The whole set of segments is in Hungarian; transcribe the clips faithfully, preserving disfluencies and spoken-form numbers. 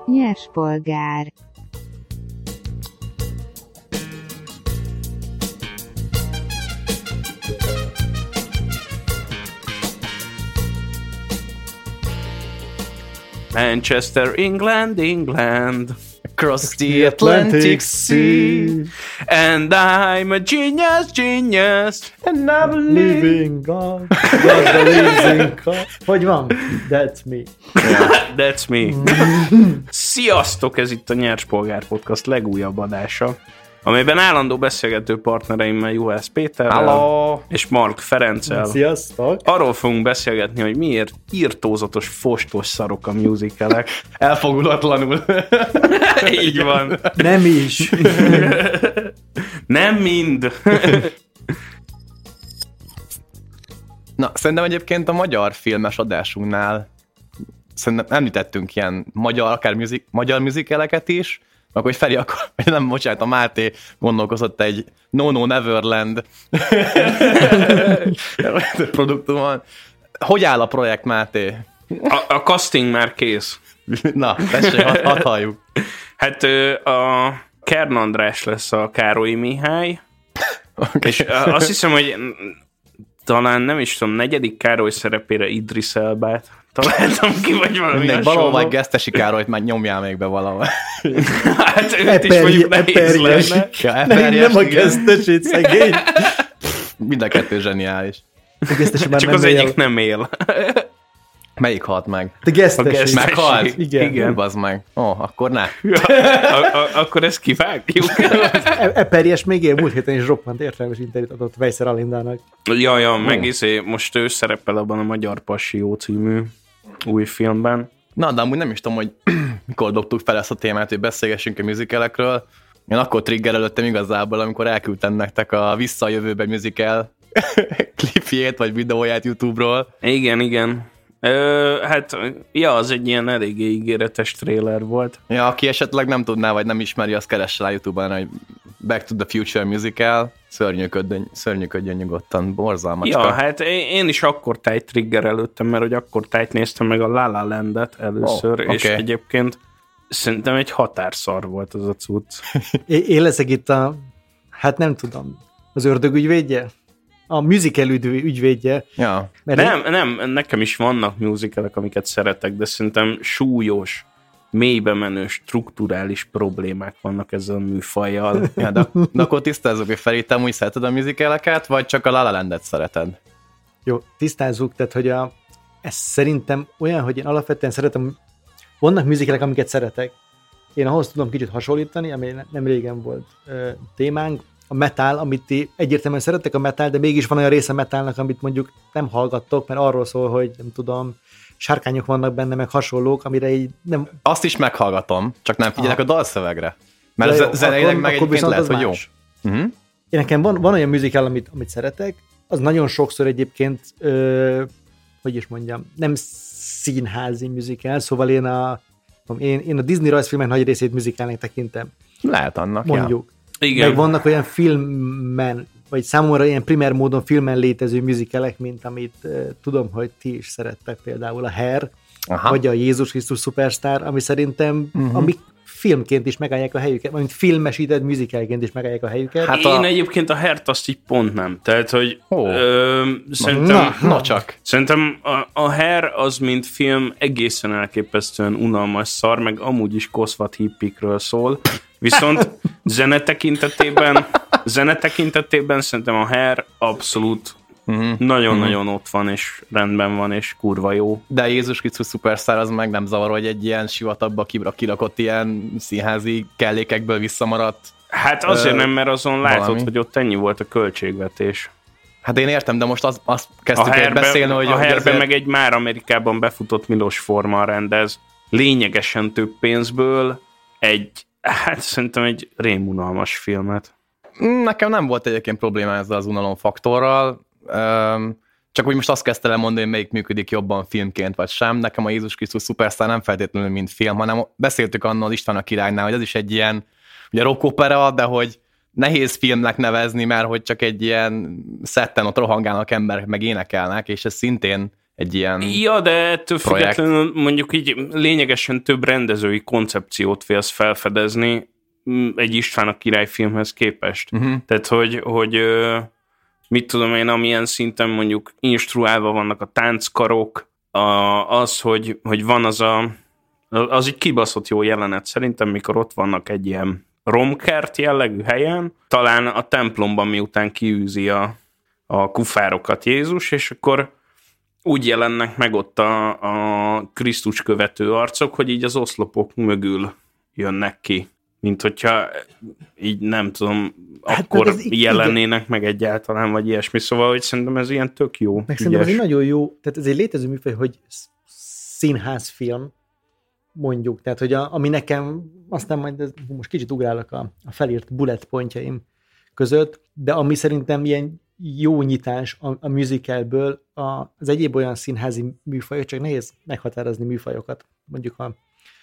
Nyerspolgár. Manchester, England, England, across the Atlantic Sea, and I'm a genius, genius, and I'm living God, God believes in God. Hogy van? That's me. Yeah, that's me. Sziasztok, ez itt a Nyerspolgár Podcast legújabb adása, amelyben állandó beszélgető partnereimmel Juhász Péterrel Hello. és Mark Ferenccel Sziasztok. arról fogunk beszélgetni, hogy miért írtózatos, fostos szarok a musicalek. Elfogulatlanul. Így van. Nem is. Nem mind. Na, szerintem egyébként a magyar filmes adásunknál szerintem említettünk ilyen magyar, akár music, magyar musicaleket is, akkor hogy Feri, akkor, nem, bocsánat, a Máté gondolkozott egy No No Neverland produktumon. Hogy áll a projekt, Máté? A, a casting már kész. Na, tessék, hadd had halljuk. Hát a Kern András lesz a Károlyi Mihály, okay. És azt hiszem, hogy talán nem is tudom, negyedik Károly szerepére Idris Elbát találtam ki, vagy valami hasonló. Valahol vagy Gesztesi Károlyt már nyomjál még be valahol. Hát őt is mondjuk nehéz lenne. Ja, nem, nem a Gesztesit, szegény. Mind a kettő zseniális. Csak az él. Egyik nem él. Melyik halt meg? A Gesztesi. Meghalt? Igen. Igen. Bazd meg. Ó, oh, akkor ne. Ja, a, a, akkor ezt kivágjuk. Eperjes még él, múlt héten is roppant értelmes interjút adott Vejszer Alindának. Ja, ja, meg izé, most ő szerepel abban a Magyar Passió című új filmben. Na, de amúgy nem is tudom, hogy mikor dobtuk fel ezt a témát, hogy beszélgessünk a musicalekről. Én akkor triggerelődtem igazából, amikor elküldtem nektek a Vissza a jövőbe musical klipjét, vagy videóját YouTube-ról. Igen, igen. Ö, hát, ja, az egy ilyen eléggé ígéretes trailer volt. Ja, aki esetleg nem tudná, vagy nem ismeri, azt keresse rá YouTube-on, hogy Back to the Future musical, szörnyűködjön, szörnyűködjön nyugodtan, borzalmacska. Ja, hát én is akkor tájt triggerelődtem, mert hogy akkor tájt néztem meg a La La Landet először, oh, és okay. Egyébként szerintem egy határszar volt az a cucc. Én leszek itt a, hát nem tudom, az ördög ügyvédje? A musical ügyvédje. Ja. Nem, én... nem, nekem is vannak musicalek, amiket szeretek, de szerintem súlyos, mélybe menő, strukturális problémák vannak ezzel a műfajjal. Ja, de, de akkor tisztázzuk, hogy Feri, te úgy szereted a musicaleket, vagy csak a La La Landet szereted? Jó, tisztázzuk, tehát hogy a, ez szerintem olyan, hogy én alapvetően szeretem, vannak musicalek, amiket szeretek. Én ahhoz tudom kicsit hasonlítani, ami nem régen volt ö, témánk, a metal, amit ti egyértelműen szerettek a metal, de mégis van olyan része metalnak, amit mondjuk nem hallgattok, mert arról szól, hogy nem tudom, sárkányok vannak benne, meg hasonlók, amire így nem... Azt is meghallgatom, csak nem figyelek Aha. a dalszövegre. Mert jó, zeneileg meg egyébként lehet, hogy jó. Uh-huh. Én nekem van, van olyan musical, amit, amit szeretek, az nagyon sokszor egyébként, ö, hogy is mondjam, nem színházi musical, szóval én a, én, én a Disney rajzfilmek nagy részét musicalnek tekintem. Lehet annak, mondjuk. Ja. Igen. Meg vannak olyan filmen, vagy számomra ilyen primer módon filmen létező musicalek, mint amit uh, tudom, hogy ti is szerettek, például a Hair, Aha. vagy a Jézus Krisztus Superstar, ami szerintem, uh-huh. amik filmként is megállják a helyüket, vagy filmesített musicalként is megállják a helyüket. Hát Én a... egyébként a Hair-t azt így pont nem. Tehát, hogy oh. ö, szerintem, na, na csak. Szerintem a, a Hair az, mint film, egészen elképesztően unalmas szar, meg amúgy is koszvat hippikről szól. Viszont zene tekintetében, zene tekintetében szerintem a Hair abszolút uh-huh. nagyon-nagyon uh-huh. ott van, és rendben van, és kurva jó. De Jézus Krisztus Superstar az meg nem zavar, hogy egy ilyen sivatagba kirakott ilyen színházi kellékekből visszamaradt. Hát azért ö, nem, mert azon látod, valami. hogy ott ennyi volt a költségvetés. Hát én értem, de most az, azt kezdtük el beszélni, hogy... A Hairben azért... meg egy már Amerikában befutott Milos Forman rendez lényegesen több pénzből egy, hát szerintem egy rémunalmas filmet. Nekem nem volt egyébként probléma ezzel az unalom faktorral, csak úgy most azt kezdte el mondani, hogy melyik működik jobban filmként vagy sem. Nekem a Jézus Krisztus Superstar nem feltétlenül mint film, hanem beszéltük annól István a királynál, hogy ez is egy ilyen ugye rockopera, de hogy nehéz filmnek nevezni, mert hogy csak egy ilyen szetten ott rohangálnak emberek, meg énekelnek, és ez szintén egy ilyen Ja, de ettől projekt. függetlenül mondjuk így lényegesen több rendezői koncepciót félsz felfedezni egy István a király filmhez képest. Uh-huh. Tehát, hogy, hogy mit tudom én, amilyen szinten mondjuk instruálva vannak a tánckarok, a, az, hogy, hogy van az a az egy kibaszott jó jelenet szerintem, mikor ott vannak egy ilyen romkert jellegű helyen, talán a templomban miután kiűzi a, a kufárokat Jézus, és akkor úgy jelennek meg ott a, a Krisztus követő arcok, hogy így az oszlopok mögül jönnek ki. Mint hogyha így nem tudom, hát akkor ez, jelennének igen. meg egyáltalán, vagy ilyesmi. Szóval, hogy szerintem ez ilyen tök jó. Meg szerintem ez egy nagyon jó, tehát ez egy létező műfaj, hogy színházfilm, mondjuk. Tehát, hogy a, ami nekem, aztán majd ez, most kicsit ugrálok a, a felírt bullet pontjaim között, de ami szerintem ilyen jó nyitás a, a musicalből, a, az egyéb olyan színházi műfajok, csak nehéz meghatározni műfajokat, mondjuk a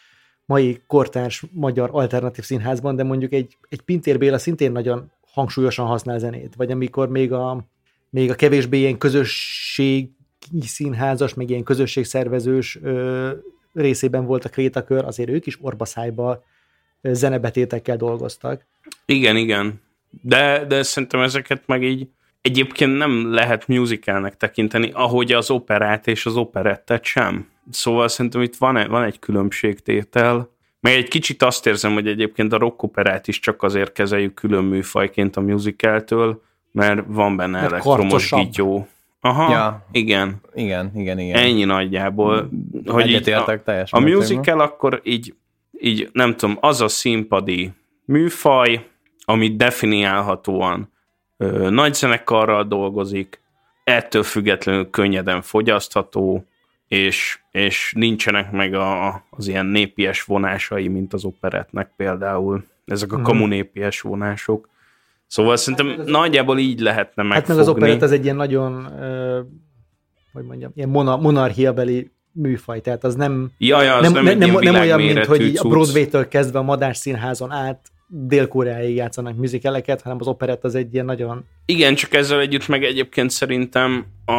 mai kortárs magyar alternatív színházban, de mondjuk egy, egy Pintér Béla szintén nagyon hangsúlyosan használ zenét, vagy amikor még a, még a kevésbé ilyen közösségi színházas, meg ilyen közösségszervezős ö, részében volt a Krétakör, azért ők is orbaszájba zenebetétekkel dolgoztak. Igen, igen. De, de szerintem ezeket meg így egyébként nem lehet musicalnek tekinteni, ahogy az operát és az operettet sem. Szóval szerintem itt van, van egy különbségtétel. Meg egy kicsit azt érzem, hogy egyébként a rockoperát is csak azért kezeljük külön műfajként a musicaltől, mert van benne mert elektromos gityó. Aha, ja. igen. Igen, igen, igen. Ennyi nagyjából. Hogy így a, a musical akkor így, így, nem tudom, az a színpadi műfaj, ami definiálhatóan ö, nagy zenekarral dolgozik, ettől függetlenül könnyeden fogyasztható, és, és nincsenek meg a, az ilyen népies vonásai, mint az operetnek például. Ezek a mm. kamunépies vonások. Szóval szerintem hát nagyjából így lehetne megfogni. Hát meg az operet az egy ilyen nagyon, uh, hogy mondjam, ilyen monarchiabeli műfaj, tehát az nem, ja, ja, az nem, nem, nem, nem, nem olyan, mint hogy cucc. A Broadway-től kezdve a Madás Színházon át Dél-Koreáig játszanak musicaleket, hanem az operet az egy ilyen nagyon... Igen, csak ezzel együtt meg egyébként szerintem a...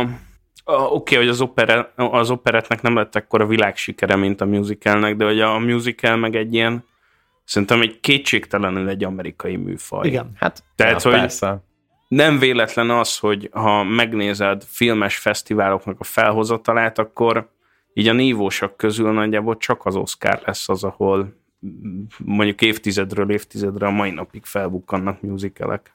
Oké, okay, hogy az, opera, az operetnek nem lett ekkora világsikere, mint a musicalnek, de hogy a musical meg egy ilyen, szerintem egy kétségtelenül egy amerikai műfaj. Igen. Hát, tehát, ja, hogy persze. Nem véletlen az, hogy ha megnézed filmes fesztiváloknak a felhozatalát, akkor így a nívósak közül nagyjából csak az Oscar lesz az, ahol mondjuk évtizedről évtizedre a mai napig felbukkannak musicalek.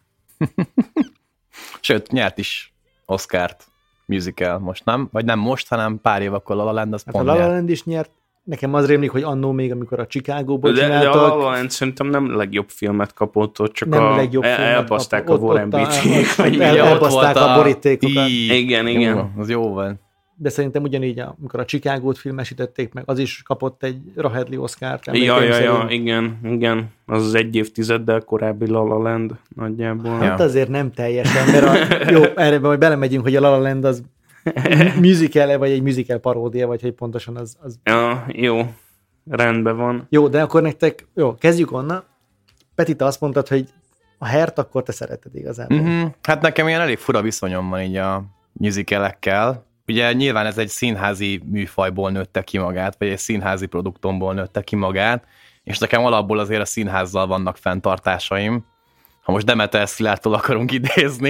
Sőt, nyert is Oscart musical most, nem? Vagy nem most, hanem pár év akkor La La Land, az hát pont a La La Land is nyert. Nekem az rémlik, hogy annó még, amikor a Chicagóból de, csináltak. De a La La Land szerintem nem legjobb filmet kapott, ott csak nem a, legjobb el, elbaszták a Warren Beatty-t. El, elbaszták a borítékokat. Igen, igen. Jó, az jó van. De szerintem ugyanígy, amikor a Chicagót filmesítették meg, az is kapott egy Rahedli Oscart. Ja, ja, ja, igen, igen. Az az egy évtizeddel korábbi La La Land nagyjából. Hát ja. Azért nem teljesen, mert a, jó, erre majd belemegyünk, hogy a La La Land az musical-e, vagy egy musical paródia, vagy hogy pontosan az... az... Ja, jó. Rendben van. Jó, de akkor nektek, jó, kezdjük onnan. Peti, te azt mondtad, hogy a Hert akkor te szereted igazából. Mm-hmm. Hát nekem ilyen elég fura viszonyom van így a musicalekkel. Ugye nyilván ez egy színházi műfajból nőtte ki magát, vagy egy színházi produktomból nőtte ki magát, és nekem alapból azért a színházzal vannak fenntartásaim. Ha most Demeter Szilárdtól akarunk idézni,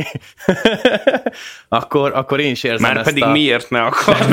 akkor, akkor én is érzem Már ezt pedig a... miért ne akarnak?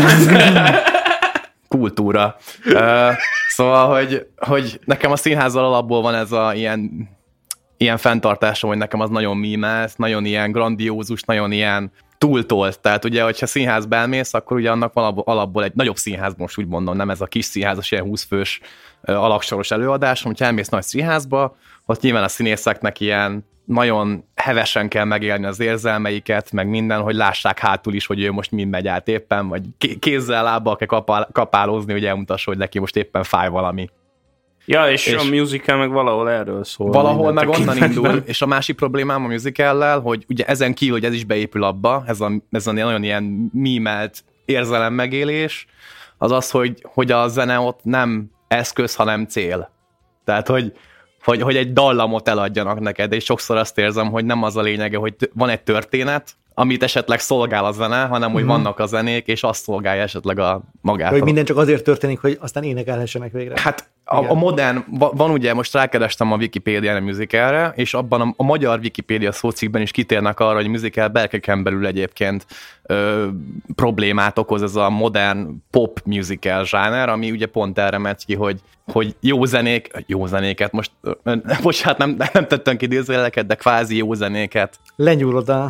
Kultúra. Uh, szóval, hogy, hogy nekem a színházzal alapból van ez a ilyen, ilyen fenntartásom, hogy nekem az nagyon mímez, nagyon ilyen grandiózus, nagyon ilyen túltolt. Tehát ugye, hogyha színházba elmész, akkor ugye annak alapból, alapból egy nagyobb színház, most úgy mondom, nem ez a kis színházas, ilyen húsz fős uh, alaksoros előadás, hogyha elmész nagy színházba, ott nyilván a színészeknek ilyen nagyon hevesen kell megélni az érzelmeiket, meg minden, hogy lássák hátul is, hogy ő most mind megy át éppen, vagy kézzel, lábbal kell kapál, kapálózni, hogy elmutassa, hogy neki most éppen fáj valami. Ja, és, és a musical meg valahol erről szól. Valahol meg onnan indul, és a másik problémám a musicallel, hogy ugye ezen kívül, hogy ez is beépül abba, ez a, ez a nagyon ilyen mímelt érzelem megélés, az az, hogy, hogy a zene ott nem eszköz, hanem cél. Tehát, hogy Hogy, hogy egy dallamot eladjanak neked, és sokszor azt érzem, hogy nem az a lényege, hogy van egy történet, amit esetleg szolgál a zene, hanem hogy uh-huh. vannak a zenék, és azt szolgálja esetleg a magát. Hogy minden csak azért történik, hogy aztán énekelhessenek végre. Hát a, a modern, van ugye, most rákerestem a Wikipédián a musicalre, és abban a, a magyar Wikipédia szócikkben is kitérnek arra, hogy a musical berkeken belül egyébként ö, problémát okoz ez a modern pop musical zsáner, ami ugye pont erre megy ki, hogy, hogy jó zenék, jó zenéket, most, bocsánat, nem, nem tettem ki idézőjeleket, de kvázi jó zenéket. Lenyúlod a,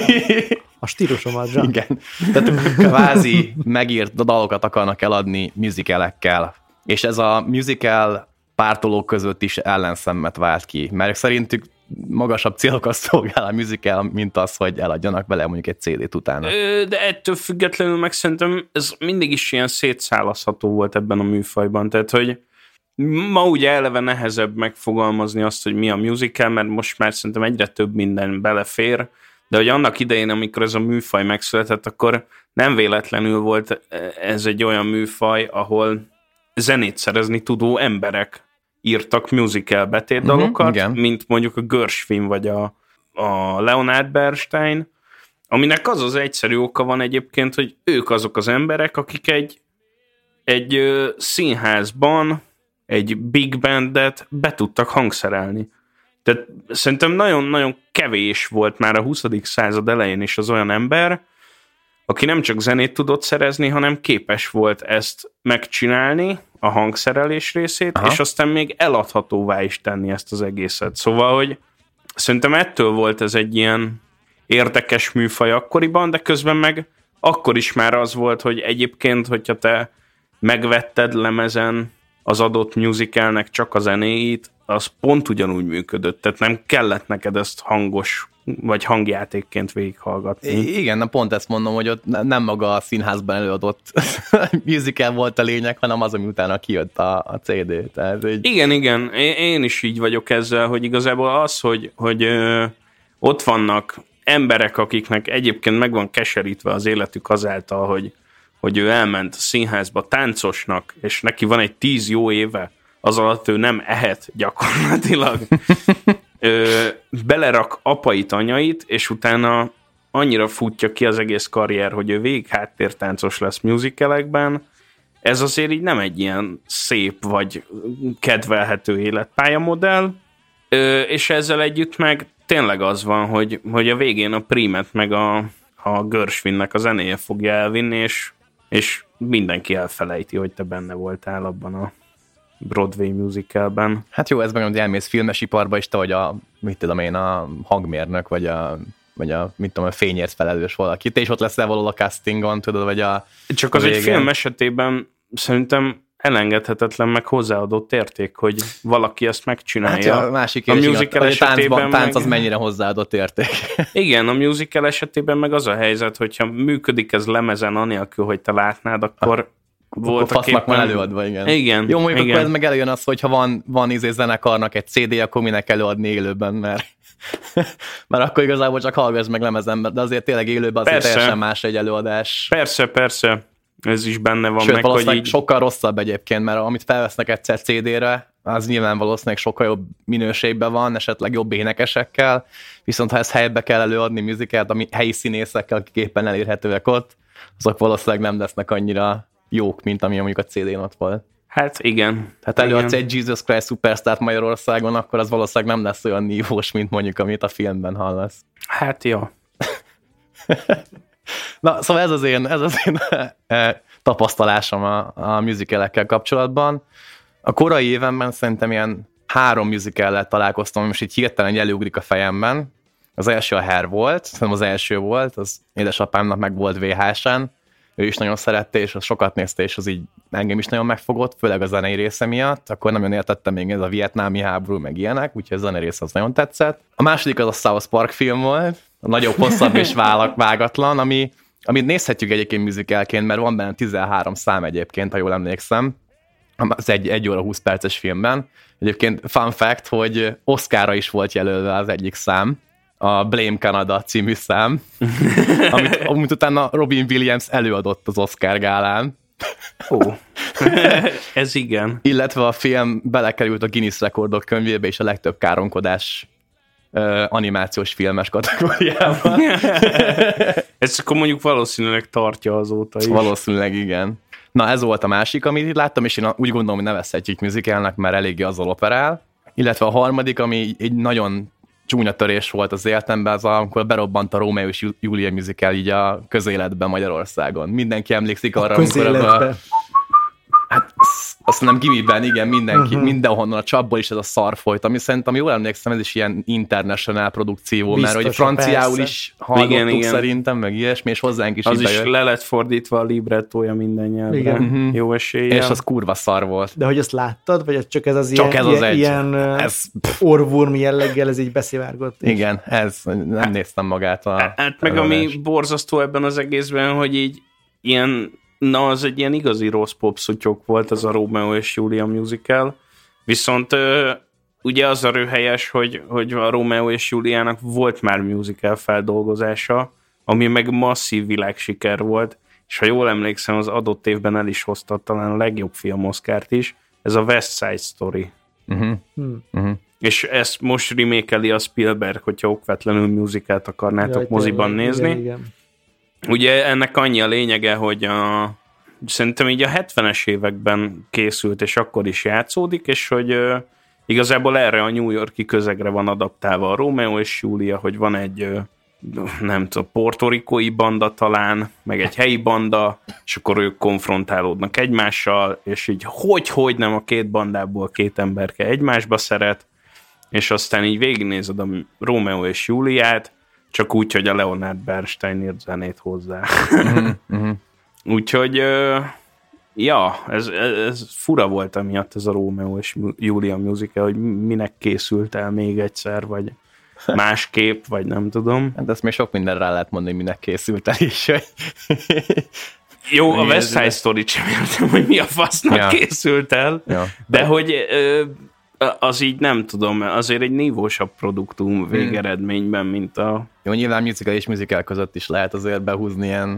a stílusomat, Jean. Igen. Tehát kvázi megírt dalokat akarnak eladni musicalekkel. És ez a musical pártolók között is ellenszemmet vált ki, mert szerintük magasabb célokat szolgál a musical, mint az, hogy eladjanak vele mondjuk egy cé dét utána. De ettől függetlenül meg szerintem ez mindig is ilyen szétszállazható volt ebben a műfajban, tehát hogy ma ugye eleve nehezebb megfogalmazni azt, hogy mi a musical, mert most már szerintem egyre több minden belefér, de hogy annak idején, amikor ez a műfaj megszületett, akkor nem véletlenül volt ez egy olyan műfaj, ahol zenét szerezni tudó emberek írtak musical betétdalokat, uh-huh, mint mondjuk a Gershwin vagy a, a Leonard Bernstein, aminek az az egyszerű oka van egyébként, hogy ők azok az emberek, akik egy, egy ö, színházban egy big bandet be tudtak hangszerelni. Tehát szerintem nagyon-nagyon kevés volt már a huszadik század elején is az olyan ember, aki nem csak zenét tudott szerezni, hanem képes volt ezt megcsinálni, a hangszerelés részét, aha, és aztán még eladhatóvá is tenni ezt az egészet. Szóval, hogy szerintem ettől volt ez egy ilyen érdekes műfaj akkoriban, de közben meg akkor is már az volt, hogy egyébként, hogyha te megvetted lemezen az adott musicalnek csak a zenéit, az pont ugyanúgy működött, tehát nem kellett neked ezt hangos vagy hangjátékként végighallgatni. I- igen, na pont ezt mondom, hogy ott nem maga a színházban előadott musical volt a lényeg, hanem az, ami utána kijött a, a cé dé. Tehát, hogy... Igen, igen, én is így vagyok ezzel, hogy igazából az, hogy, hogy ö, ott vannak emberek, akiknek egyébként meg van keserítve az életük azáltal, hogy, hogy ő elment a színházba táncosnak, és neki van egy tíz jó éve, az alatt ő nem ehet gyakorlatilag. Ö, belerak apait, anyait, és utána annyira futja ki az egész karrier, hogy ő végig háttértáncos lesz musicalekben. Ez azért így nem egy ilyen szép vagy kedvelhető életpályamodell, ö, és ezzel együtt meg tényleg az van, hogy, hogy a végén a Primet meg a, a Gershwinnek a zenéje fogja elvinni, és, és mindenki elfelejti, hogy te benne voltál abban a Broadway musicalben. Hát jó, ez meg, hogy elmész filmesiparba, és te vagy a, mit tudom én, a hangmérnök, vagy a, vagy a, mit tudom, a fényért felelős valaki. Te is ott leszel valahol a castingon, tudod, vagy a... Csak az egy film esetében szerintem elengedhetetlen, meg hozzáadott érték, hogy valaki ezt megcsinálja. Hát ja, a másik a musical a, esetében táncban, tánc meg... az mennyire hozzáadott érték. Igen, a musical esetében meg az a helyzet, hogyha működik ez lemezen anélkül, hogy te látnád, akkor volt a fasznak van előadva, igen. Igen. Jó, mondjuk igen. akkor ez meg előjön az, hogyha van, van izé zenekarnak egy cé dé, akkor minek előadni élőben, mert, mert akkor igazából csak hallgass meg lemezen, de azért tényleg élőben azért persze. Teljesen más egy előadás. Persze, persze. Ez is benne van. Sőt, meg, valószínűleg hogy így... sokkal rosszabb egyébként, mert amit felvesznek egyszer cé dére, az nyilván valószínűleg sokkal jobb minőségben van, esetleg jobb énekesekkel, viszont ha ezt helybe kell előadni musicalt, ami helyi színészekkel, akik éppen elérhetőek ott, azok valószínűleg nem lesznek annyira jók, mint ami mondjuk a cé dén ott volt. Hát igen. Hát előadsz egy Jesus Christ Superstar Magyarországon, akkor az valószínűleg nem lesz olyan nívós, mint mondjuk, amit a filmben hallasz. Hát jó. Na, szóval ez az én, ez az én tapasztalásom a, a musicalekkel kapcsolatban. A korai évenben szerintem ilyen három musicallel találkoztam, most így hirtelen előugrik a fejemben. Az első a Hair volt, szerintem az első volt, az édesapámnak meg volt vé há es-en, ő is nagyon szerette, és az sokat nézte, és az így engem is nagyon megfogott, főleg a zenei része miatt. Akkor nem nagyon értettem még ez a vietnámi háború, meg ilyenek, úgyhogy a zenei része az nagyon tetszett. A második az a South Park film volt, a nagyobb, hosszabb és vágatlan, ami, amit nézhetjük egyébként musicalként, mert van benne tizenhárom szám egyébként, ha jól emlékszem. Az egy, egy óra húsz perces filmben. Egyébként fun fact, hogy Oscarra is volt jelölve az egyik szám, a Blame Canada című szám, amit, amit utána Robin Williams előadott az Oscar gálán. Ó, ez igen. Illetve a film belekerült a Guinness rekordok könyvébe, és a legtöbb káromkodás uh, animációs filmes kategóriában. Ez akkor mondjuk valószínűleg tartja azóta is. Valószínűleg igen. Na ez volt a másik, amit itt láttam, és én úgy gondolom, hogy nevezhetjük musicalnek, mert eléggé azzal operál. Illetve a harmadik, ami egy nagyon csúnya törés volt az életemben, az amikor berobbant a Rómeó és Júlia musical így a közéletben Magyarországon. Mindenki emlékszik arra, a amikor a... Hát azt nem gimiben, igen, mindenki, uh-huh. mindenhonnan a csapból is ez a szar folyt, ami szerintem, jól emlékszem, ez is ilyen international produkció, biztos, mert hogy franciául persze. is hallottuk igen, igen. szerintem, meg ilyesmi, és hozzánk is az is bejött. le lett fordítva a librettója minden nyelvre. Igen. Uh-huh. Jó eséllyel. És az kurva szar volt. De hogy azt láttad, vagy csak ez az csak ilyen, ez az egy. ilyen ez... orvurmi jelleggel ez így beszivárgott? Igen, ez, nem hát, néztem magát a... Hát meg ami borzasztó ebben az egészben, hogy így ilyen na, az egy ilyen igazi rossz popszutyok volt az a Rómeó és Júlia musical, viszont ö, ugye az a röhelyes, hogy, hogy a Rómeó és Júliának volt már musical feldolgozása, ami meg masszív világsiker volt, és ha jól emlékszem, az adott évben el is hozta talán a legjobb film Oscart is, ez a West Side Story. Uh-huh. Hmm. Uh-huh. És ezt most remake-eli a Spielberg, hogyha okvetlenül musicalt akarnátok Jaj, moziban tényleg, nézni. Igen, igen. Ugye ennek annyi a lényege, hogy a, szerintem így a hetvenes években készült, és akkor is játszódik, és hogy uh, igazából erre a New York-i közegre van adaptálva a Rómeó és Júlia, hogy van egy, uh, nem tudom, portorikói banda talán, meg egy helyi banda, és akkor ők konfrontálódnak egymással, és így hogy-hogy nem a két bandából két emberke egymásba szeret, és aztán így végignézed a Rómeó és Júliát, csak úgy, hogy a Leonard Bernstein írt zenét hozzá. Uh-huh, uh-huh. Úgyhogy, uh, ja, ez, ez fura volt emiatt ez a Rómeó és Júlia musical, hogy minek készült el még egyszer, vagy másképp, vagy nem tudom. Hát ezt még sok minden rá lehet mondani, minek készült el is. Jó, a West Side Story-t sem értem, hogy mi a fasznak ja. készült el, ja. de hogy... Uh, az így nem tudom, azért egy nívósabb produktum végeredményben, mint a... Jó, nyilván musical és musical között is lehet azért behúzni ilyen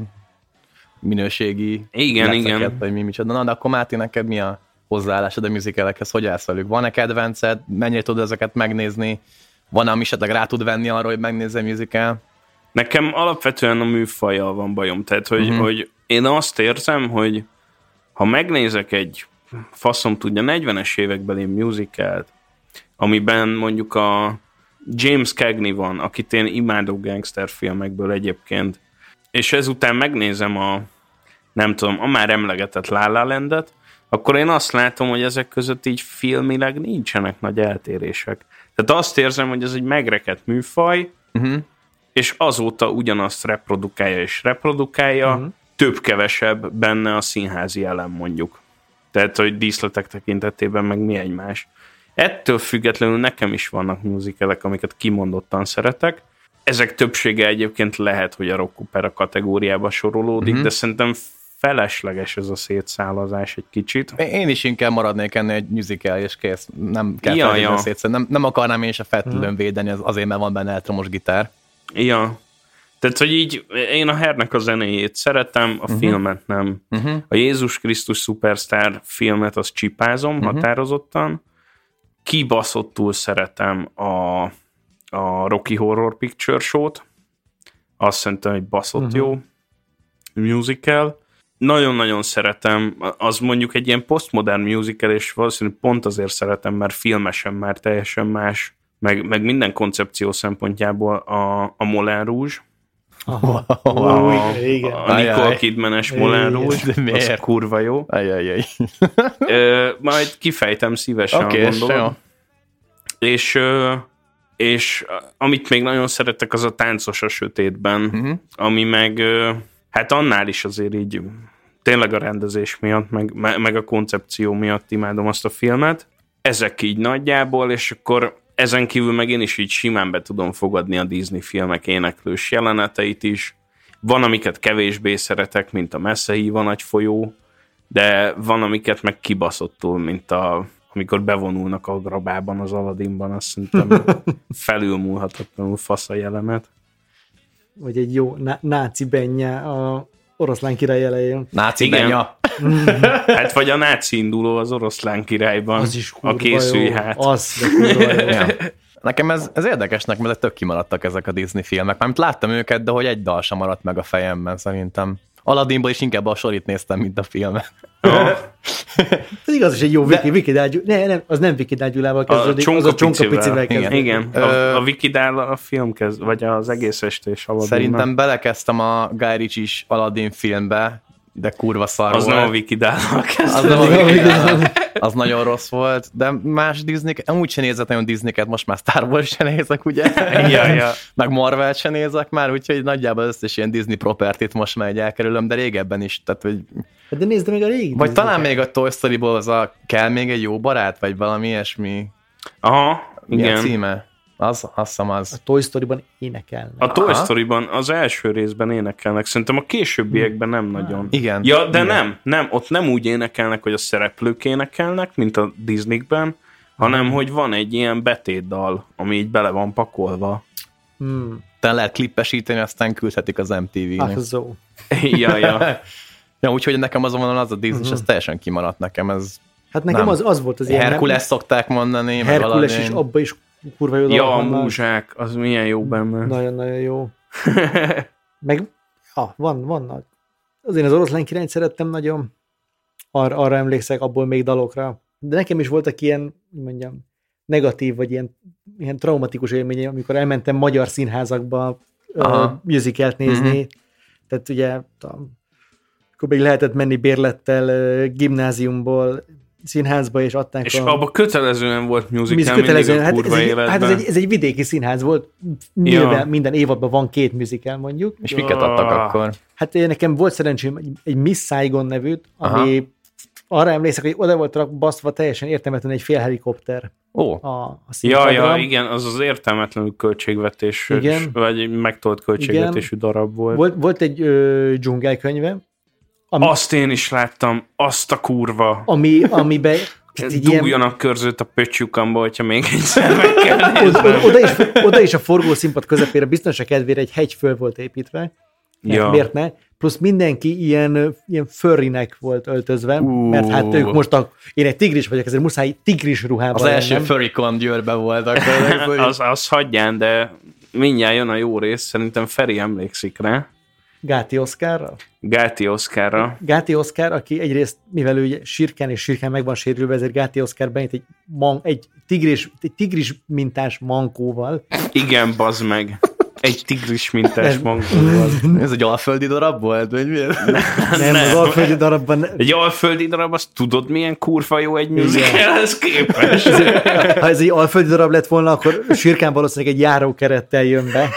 minőségi igen, igen. vagy mi micsoda. Na, de akkor Máté, neked mi a hozzáállásod a musicalekhez? Hogy állsz velük? Van-e kedvenced? Mennyire tudod ezeket megnézni? Van-e, ami esetleg rá tud venni arra, hogy megnézze musical? Nekem alapvetően a műfajjal van bajom. Tehát, hogy, uh-huh. hogy én azt érzem, hogy ha megnézek egy faszom tudja, negyvenes évekbeli musicalt, amiben mondjuk a James Cagney van, akit én imádok gangsterfilmekből egyébként, és ezután megnézem a, nem tudom, a már emlegetett La La Landet, akkor én azt látom, hogy ezek között így filmileg nincsenek nagy eltérések. Tehát azt érzem, hogy ez egy megrekedt műfaj, uh-huh. és azóta ugyanazt reprodukálja és reprodukálja, uh-huh. több-kevesebb benne a színházi elem mondjuk. Tehát, hogy díszletek tekintetében meg mi egymás. Ettől függetlenül nekem is vannak musicalek, amiket kimondottan szeretek. Ezek többsége egyébként lehet, hogy a rock opera kategóriába sorolódik, mm-hmm. de szerintem felesleges ez a szétszálazás egy kicsit. Én is inkább maradnék ennél egy musical, és kész. Nem kell ja, ja. szétszálni. Nem, nem akarnám én se feltétlenül mm. védeni, azért, mert van benne elektromos gitár. Ja. Tehát, hogy így én a Hernek a zenéjét szeretem, a uh-huh. filmet nem. Uh-huh. A Jézus Krisztus Superstar filmet azt csipázom uh-huh. határozottan. Kibaszottul szeretem a, a Rocky Horror Picture Show-t. Azt szerintem egy baszott uh-huh. jó musical. Nagyon-nagyon szeretem, az mondjuk egy ilyen postmodern musical, és valószínűleg pont azért szeretem, mert filmesen már teljesen más, meg, meg minden koncepció szempontjából a, a Moulin Rouge. Aha. Wow. A, a Nicole Kidman-es Moulin Rouge, az kurva jó. Ajajaj. Ö, majd kifejtem szívesen, okay, gondolom. És, ö, és amit még nagyon szeretek, az a Táncos a sötétben, uh-huh. ami meg, ö, hát annál is azért így tényleg a rendezés miatt, meg, meg a koncepció miatt imádom azt a filmet. Ezek így nagyjából, és akkor ezen kívül meg én is így simán be tudom fogadni a Disney filmek éneklős jeleneteit is. Van, amiket kevésbé szeretek, mint a Messze hív a nagy folyó, de van, amiket meg kibaszottul, mint a, amikor bevonulnak a grabában az Aladdinban, azt szerintem felülmúlhatatlanul fasz a jelenet. Vagy egy jó ná- náci benye a Oroszlán király elején. Náci benya? Hát vagy a náci induló az Oroszlán királyban. Az is a készülj hát. Az, de kurva jó. Ja. Nekem ez, ez érdekesnek, mert tök kimaradtak ezek a Disney filmek. Mármint láttam őket, de hogy egy dal sem maradt meg a fejemben szerintem. Aladdinból is inkább a sorit néztem, mint a filmet. Oh. Ez igaz, hogy egy jó Viki, Viki Dágyú. Ne, nem, az nem Viki Dágyulával kezdődik, az a Csonka Picivel kezdődik. Igen, igen. A, a Viki Dál a film kezd, vagy az egész estés Aladdinnak. Szerintem belekezdtem a Guy Ritchie-s Aladdin filmbe, de kurva szar az volt. Nem a Viki Dállal az nem a Viki Dál. Az nagyon rossz volt, de más Disney, amúgy sem nézek nagyon Disney-ket, most már Star Wars sem nézek, ugye? Ja, ja. Meg Marvel sem nézek már, úgyhogy nagyjából összes ilyen Disney propertit most már egy elkerülöm, de régebben is, tehát hogy... De nézd még a régi Vagy talán még a Toy Story-ból az a kell még egy jó barát, vagy valami ilyesmi. Aha, igen. Mi a címe? Az, azt hiszem az. A Toy Story-ban énekelnek. A Toy Story-ban az első részben énekelnek, szerintem a későbbiekben nem nagyon. Igen. Ja, de igen. nem, nem, ott nem úgy énekelnek, hogy a szereplők énekelnek, mint a Disneyben, hanem hogy van egy ilyen betétdal, ami így bele van pakolva. Hmm. Tehát lehet klippesíteni, aztán küldhetik az em té vé-nek. Ah, zó. ja, ja. Ja, úgyhogy nekem azon az a Disney, uh-huh. az teljesen kimaradt nekem. Ez hát nekem az, az volt az ilyen... Herkules szokták mondani. Herkules is, abba is kurva jó. Ja, a múzsák, az milyen jó benne. Nagyon-nagyon jó. Meg, ja, van, vannak. Azért az Oroszlán királyt szerettem nagyon. Ar- arra emlékszek, abból még dalokra. De nekem is voltak ilyen, hogy mondjam, negatív, vagy ilyen, ilyen traumatikus élményeim, amikor elmentem magyar színházakba uh, musicalt nézni. Mm-hmm. Tehát ugye, akkor még lehetett menni bérlettel uh, gimnáziumból színházba, és adták és a... abban kötelezően volt musical, kötelezően, mindig a kurva hát ez életben. Egy, hát ez egy, ez egy vidéki színház volt. Nyilván ja. Minden évadban van két musical, mondjuk. És miket adtak akkor? Hát nekem volt szerencsém egy, egy Miss Saigon nevűt, ami Aha. arra emlékszek, hogy oda volt basztva teljesen értelmetlen egy fél helikopter. Ó. A, a ja, ja, igen, az az értelmetlenül költségvetés, igen. vagy megtolt költségvetésű igen. darab volt. Volt, volt egy ö, dzsungelkönyve. Ami, azt én is láttam, azt a kurva. Ami, amiben... Dugjon a körzőt a pöccsukamba, hogyha még egyszer meg kell néznem. Oda is, oda is a forgószínpad közepére biztonság kedvére egy hegy föl volt építve. Ja. Miért ne? Plusz mindenki ilyen, ilyen furrynek volt öltözve, uh. mert hát ők most a, én egy tigris vagyok, ezért muszáj tigris ruhában az első lennem. Furrycon Győrben voltak. az, az hagyján, de mindjárt jön a jó rész, szerintem Feri emlékszik rá. Gáti Oszkárra? Gáti Oszkárra. Gáti Oszkár, aki egyrészt, mivel ő sirken és sirken meg van sérülve, ezért Gáti Oszkár benyit egy, man, egy, tigris, egy tigris mintás mankóval. Igen, bazd meg. Egy tigris mintás mankóval. Ez egy alföldi darab volt? Vagy miért? Nem, nem, az alföldi darabban... Egy alföldi darab, azt tudod, milyen kurva jó egy musicalhez képest? Ha ez egy alföldi darab lett volna, akkor sirkán valószínűleg egy járókerettel jön be.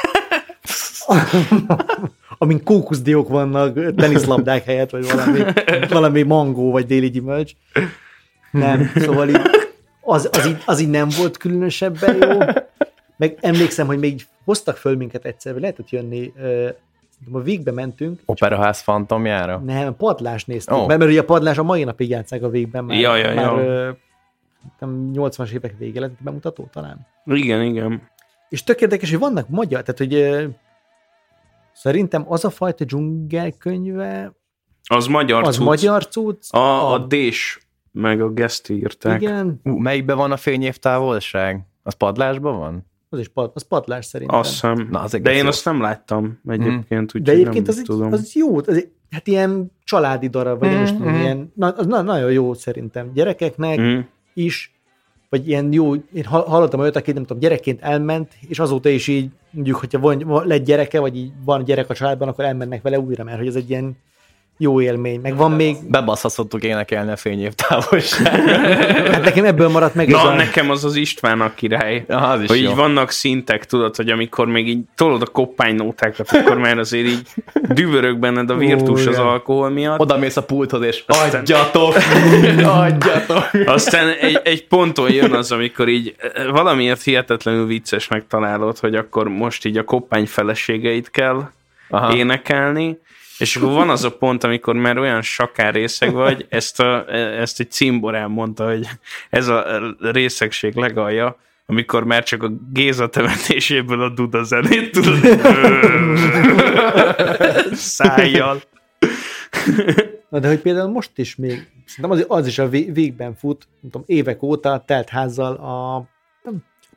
Amin kókuszdiók vannak teniszlabdák helyett, vagy valami, valami mangó, vagy déli gyümölcs. Nem, szóval így, az, az, így, az így nem volt különösebben jó. Meg emlékszem, hogy még hoztak föl minket egyszer, vagy lehetett jönni, uh, a Végbe mentünk. Operaház fantomjára? Nem, padlást néztünk, oh. mert, mert ugye a padlás a mai napig játszák a Végben. Már, ja, ja, már ja. Uh, nyolcvanas évek vége lett bemutató talán. Igen, igen. És tök érdekes, hogy vannak magyar, tehát hogy uh, szerintem az a fajta dzsungelkönyve az magyar az cucc. magyar cucc. A, a, a Dés meg a Geszti írták. Igen. Uh, melyikben van a fényév távolság? Az padlásban van? Az is pad, az padlás szerintem. Azt hiszem. Na, az de én jó. azt nem láttam egyébként, mm. De egyébként nem az, tudom. az jó, az, hát ilyen családi darab, vagy mm. nem is tudom, mm. ilyen, na, az na, nagyon jó szerintem. Gyerekeknek mm. is, vagy ilyen jó, én hallottam olyat, aki nem tudom, gyerekként elment, és azóta is így, mondjuk, hogyha van, lett gyereke, vagy így van gyerek a családban, akkor elmennek vele újra, mert hogy ez egy ilyen jó élmény. Meg van még... Bebaszhatottuk énekelni a fényév távolság. Hát nekem ebből maradt meg. Na, a... nekem az az István a király. Aha, az is hogy jó. Így vannak szintek, tudod, hogy amikor még így tolod a koppánynótákat, akkor már azért így dübörög benned a virtus az alkohol miatt. Oda mész a pulthoz, és aztán... adjatok! adjatok! Aztán egy, egy ponton jön az, amikor így valamiért hihetetlenül viccesnek találod, hogy akkor most így a koppány feleségeit kell Aha. énekelni, és akkor van az a pont, amikor már olyan sakár részeg vagy, ezt, a, ezt egy cimborán mondta, hogy ez a részegség legalja, amikor már csak a Géza temetéséből a Duda zenét tudod. Szájjal. Na de hogy például most is még, szerintem az, az is a Végben fut, nem tudom, évek óta telt házzal a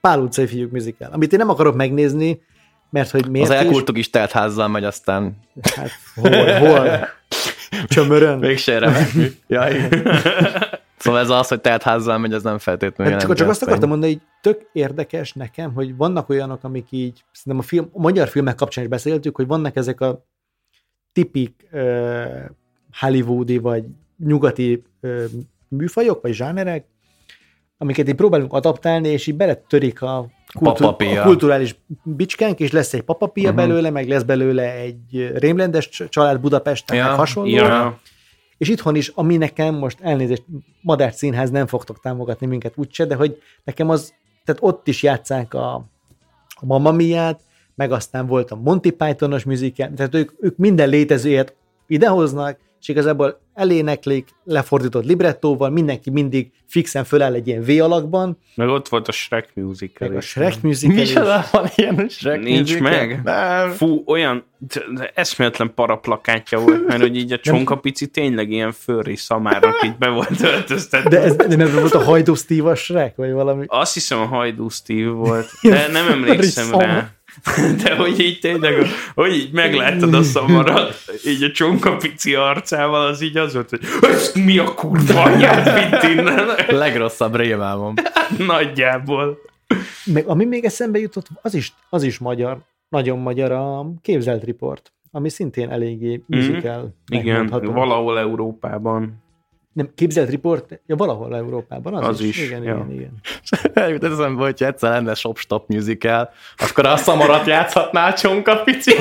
Pál utcai fiúk musical, amit én nem akarok megnézni, mert hogy miért az is... elkultuk is telt házzal megy, aztán... Hát hol, hol? Csömörön? Mégsem remekül. Ja, szóval ez az, hogy telt házzal megy, ez nem feltétlenül csak, csak azt akartam mondani, hogy tök érdekes nekem, hogy vannak olyanok, amik így, szerintem a, film, a magyar filmek kapcsán is beszéltük, hogy vannak ezek a tipik uh, hollywoodi vagy nyugati uh, műfajok, vagy zsánerek, amiket így próbálunk adaptálni, és így beletörik a, kultúr, a kulturális bicskánk, és lesz egy papapia uh-huh. belőle, meg lesz belőle egy rémlendes család Budapesten, ja, meg hasonló. Ja. És itthon is, ami nekem most elnézést, Madách Színház nem fogtok támogatni minket úgyse, de hogy nekem az, tehát ott is játsszák a, a Mamma Miát, meg aztán volt a Monty Pythonos musical, tehát ők, ők minden létezőjét idehoznak, és igazából eléneklik, lefordított librettóval, mindenki mindig fixen föláll egy ilyen V alakban. Meg ott volt a Shrek musical. Meg a Shrek musical is. Micsoda van ilyen Shrek Nincs musical? meg? Nem. Fú, olyan eszméletlen paraplakátja volt, mert hogy így a csonkapici tényleg ilyen furry szamárnak így be volt öltöztetve. De ez nem volt a Hajdú Steve a Shrek, vagy valami? Azt hiszem a Hajdú Steve volt, de nem emlékszem rá. De hogy így tényleg, hogy így megláttad a szamarat, így a csonkapici arcával, az így az volt, hogy ez mi a kurva anyád, mint innen. Legrosszabb rémálmom. Nagyjából. Meg, ami még eszembe jutott, az is, az is magyar, nagyon magyar a Képzelt Report, ami szintén eléggé musical. Mm, igen, valahol Európában. Nem, Képzelt Report, ja, valahol Európában, az, az is. is. Igen, ja. igen, igen. Eljut eszembe, hogyha egyszer lenne Shop Stop musical, akkor a szamarat játszhatná a csonkapici.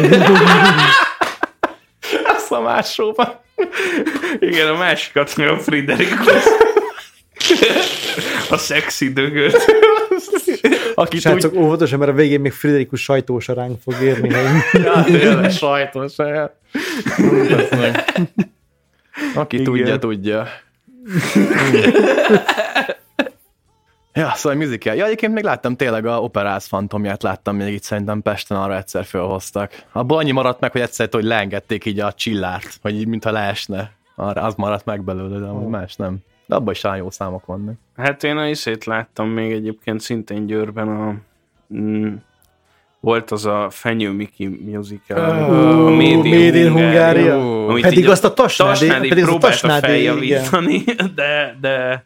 A szamásóban. Igen, a másikat meg a Friderikus. A szexi dögöt. Aki Srácok, úgy... óvatosan, mert a végén még Friderikus sajtósa ránk fog érni. Ja, tényleg sajtósa. Aki igen. tudja, tudja. Ja, szóval musical. Ja, egyébként még láttam tényleg a Operáz Fantomját, láttam még itt szerintem Pesten, arra egyszer fölhoztak. Abban annyi maradt meg, hogy egyszer, hogy leengedték így a csillárt, hogy így mintha leesne. Arra az maradt meg belőle, de oh. más nem. De abban is jó számok vannak. Hát én a iszét láttam még egyébként szintén Győrben a... Mm, volt az a Fenyő Miki musical, oh, a Made in Hungária. Oh. Pedig azt a Tasnádi próbálta feljavítani, de, de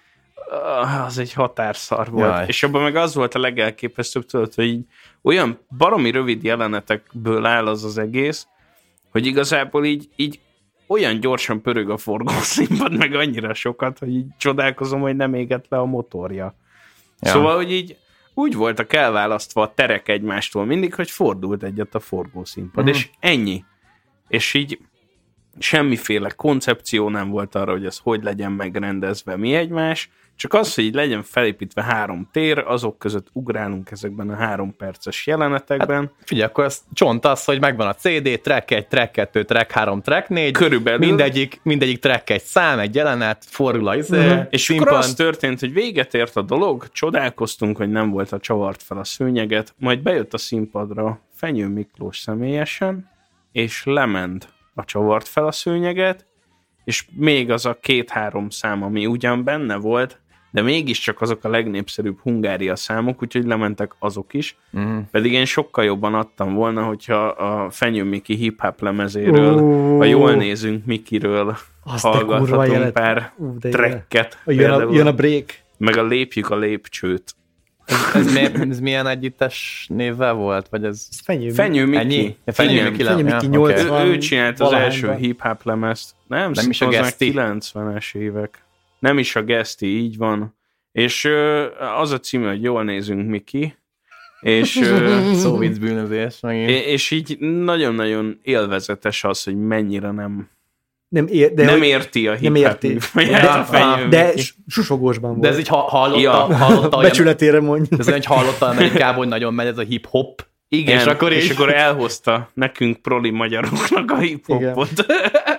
az egy határszar volt. Jaj. És abban meg az volt a legelképesztőbb, tudod, hogy így olyan baromi rövid jelenetekből áll az az egész, hogy igazából így, így olyan gyorsan pörög a forgószínpad, meg annyira sokat, hogy így csodálkozom, hogy nem égett le a motorja. Ja. Szóval, hogy így úgy voltak elválasztva a terek egymástól mindig, hogy fordult egyet a forgószínpad, uh-huh. és ennyi. És így semmiféle koncepció nem volt arra, hogy ez hogy legyen megrendezve, mi egymás, csak az, hogy így legyen felépítve három tér, azok között ugrálunk ezekben a három perces jelenetekben. Hát, figyelj, akkor ez csont az, hogy megvan a cé dé, track egy, track kettő, track három, track négy, körülbelül. Mindegyik, mindegyik track egy szám, egy jelenet, fordul a izé, uh-huh. És akkor az történt, hogy véget ért a dolog, csodálkoztunk, hogy nem volt a csavart fel a szőnyeget, majd bejött a színpadra Fenyő Miklós személyesen, és lement a csavart fel a szőnyeget, és még az a két-három szám, ami ugyan benne volt, de mégiscsak azok a legnépszerűbb Hungária számok, úgyhogy lementek azok is. Uh-huh. Pedig én sokkal jobban adtam volna, hogyha a Fenyő Miki hip-hop lemezéről, uh, ha jól nézünk Mikiről, hallgathatunk pár uh, tracket. Jön a, jön a break. Meg a Lépjük a lépcsőt. Ez, ez, mi, ez milyen együttes névvel volt? Vagy ez... Fenyő, Fenyő Miki. Fenyő Miki, Fenyő Miki nyolcvan. Okay. Ő, ő csinált az első hip-hop lemezt. Nem, nem is a Geszti. kilencvenes évek. Nem is a Geszti, így van. És ö, az a címe, hogy jól nézünk, Miki. És, ö, szóvic bűnözés. Megint. És így nagyon-nagyon élvezetes az, hogy mennyire nem nem, ér, de nem érti a hip-hop. Nem érti. Ja, de susogósban volt. De ez így hallotta, ja. hallotta becsületére mondja. Ez egy hallotta Amerikában, hogy nagyon megy ez a hip-hop. Igen, és akkor, és akkor elhozta nekünk proli magyaroknak a hip-hopot.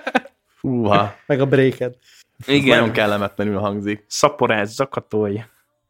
Húha. Meg a breaket. Igen. Nagyon kellemetlenül hangzik. Szaporát, zakatolj.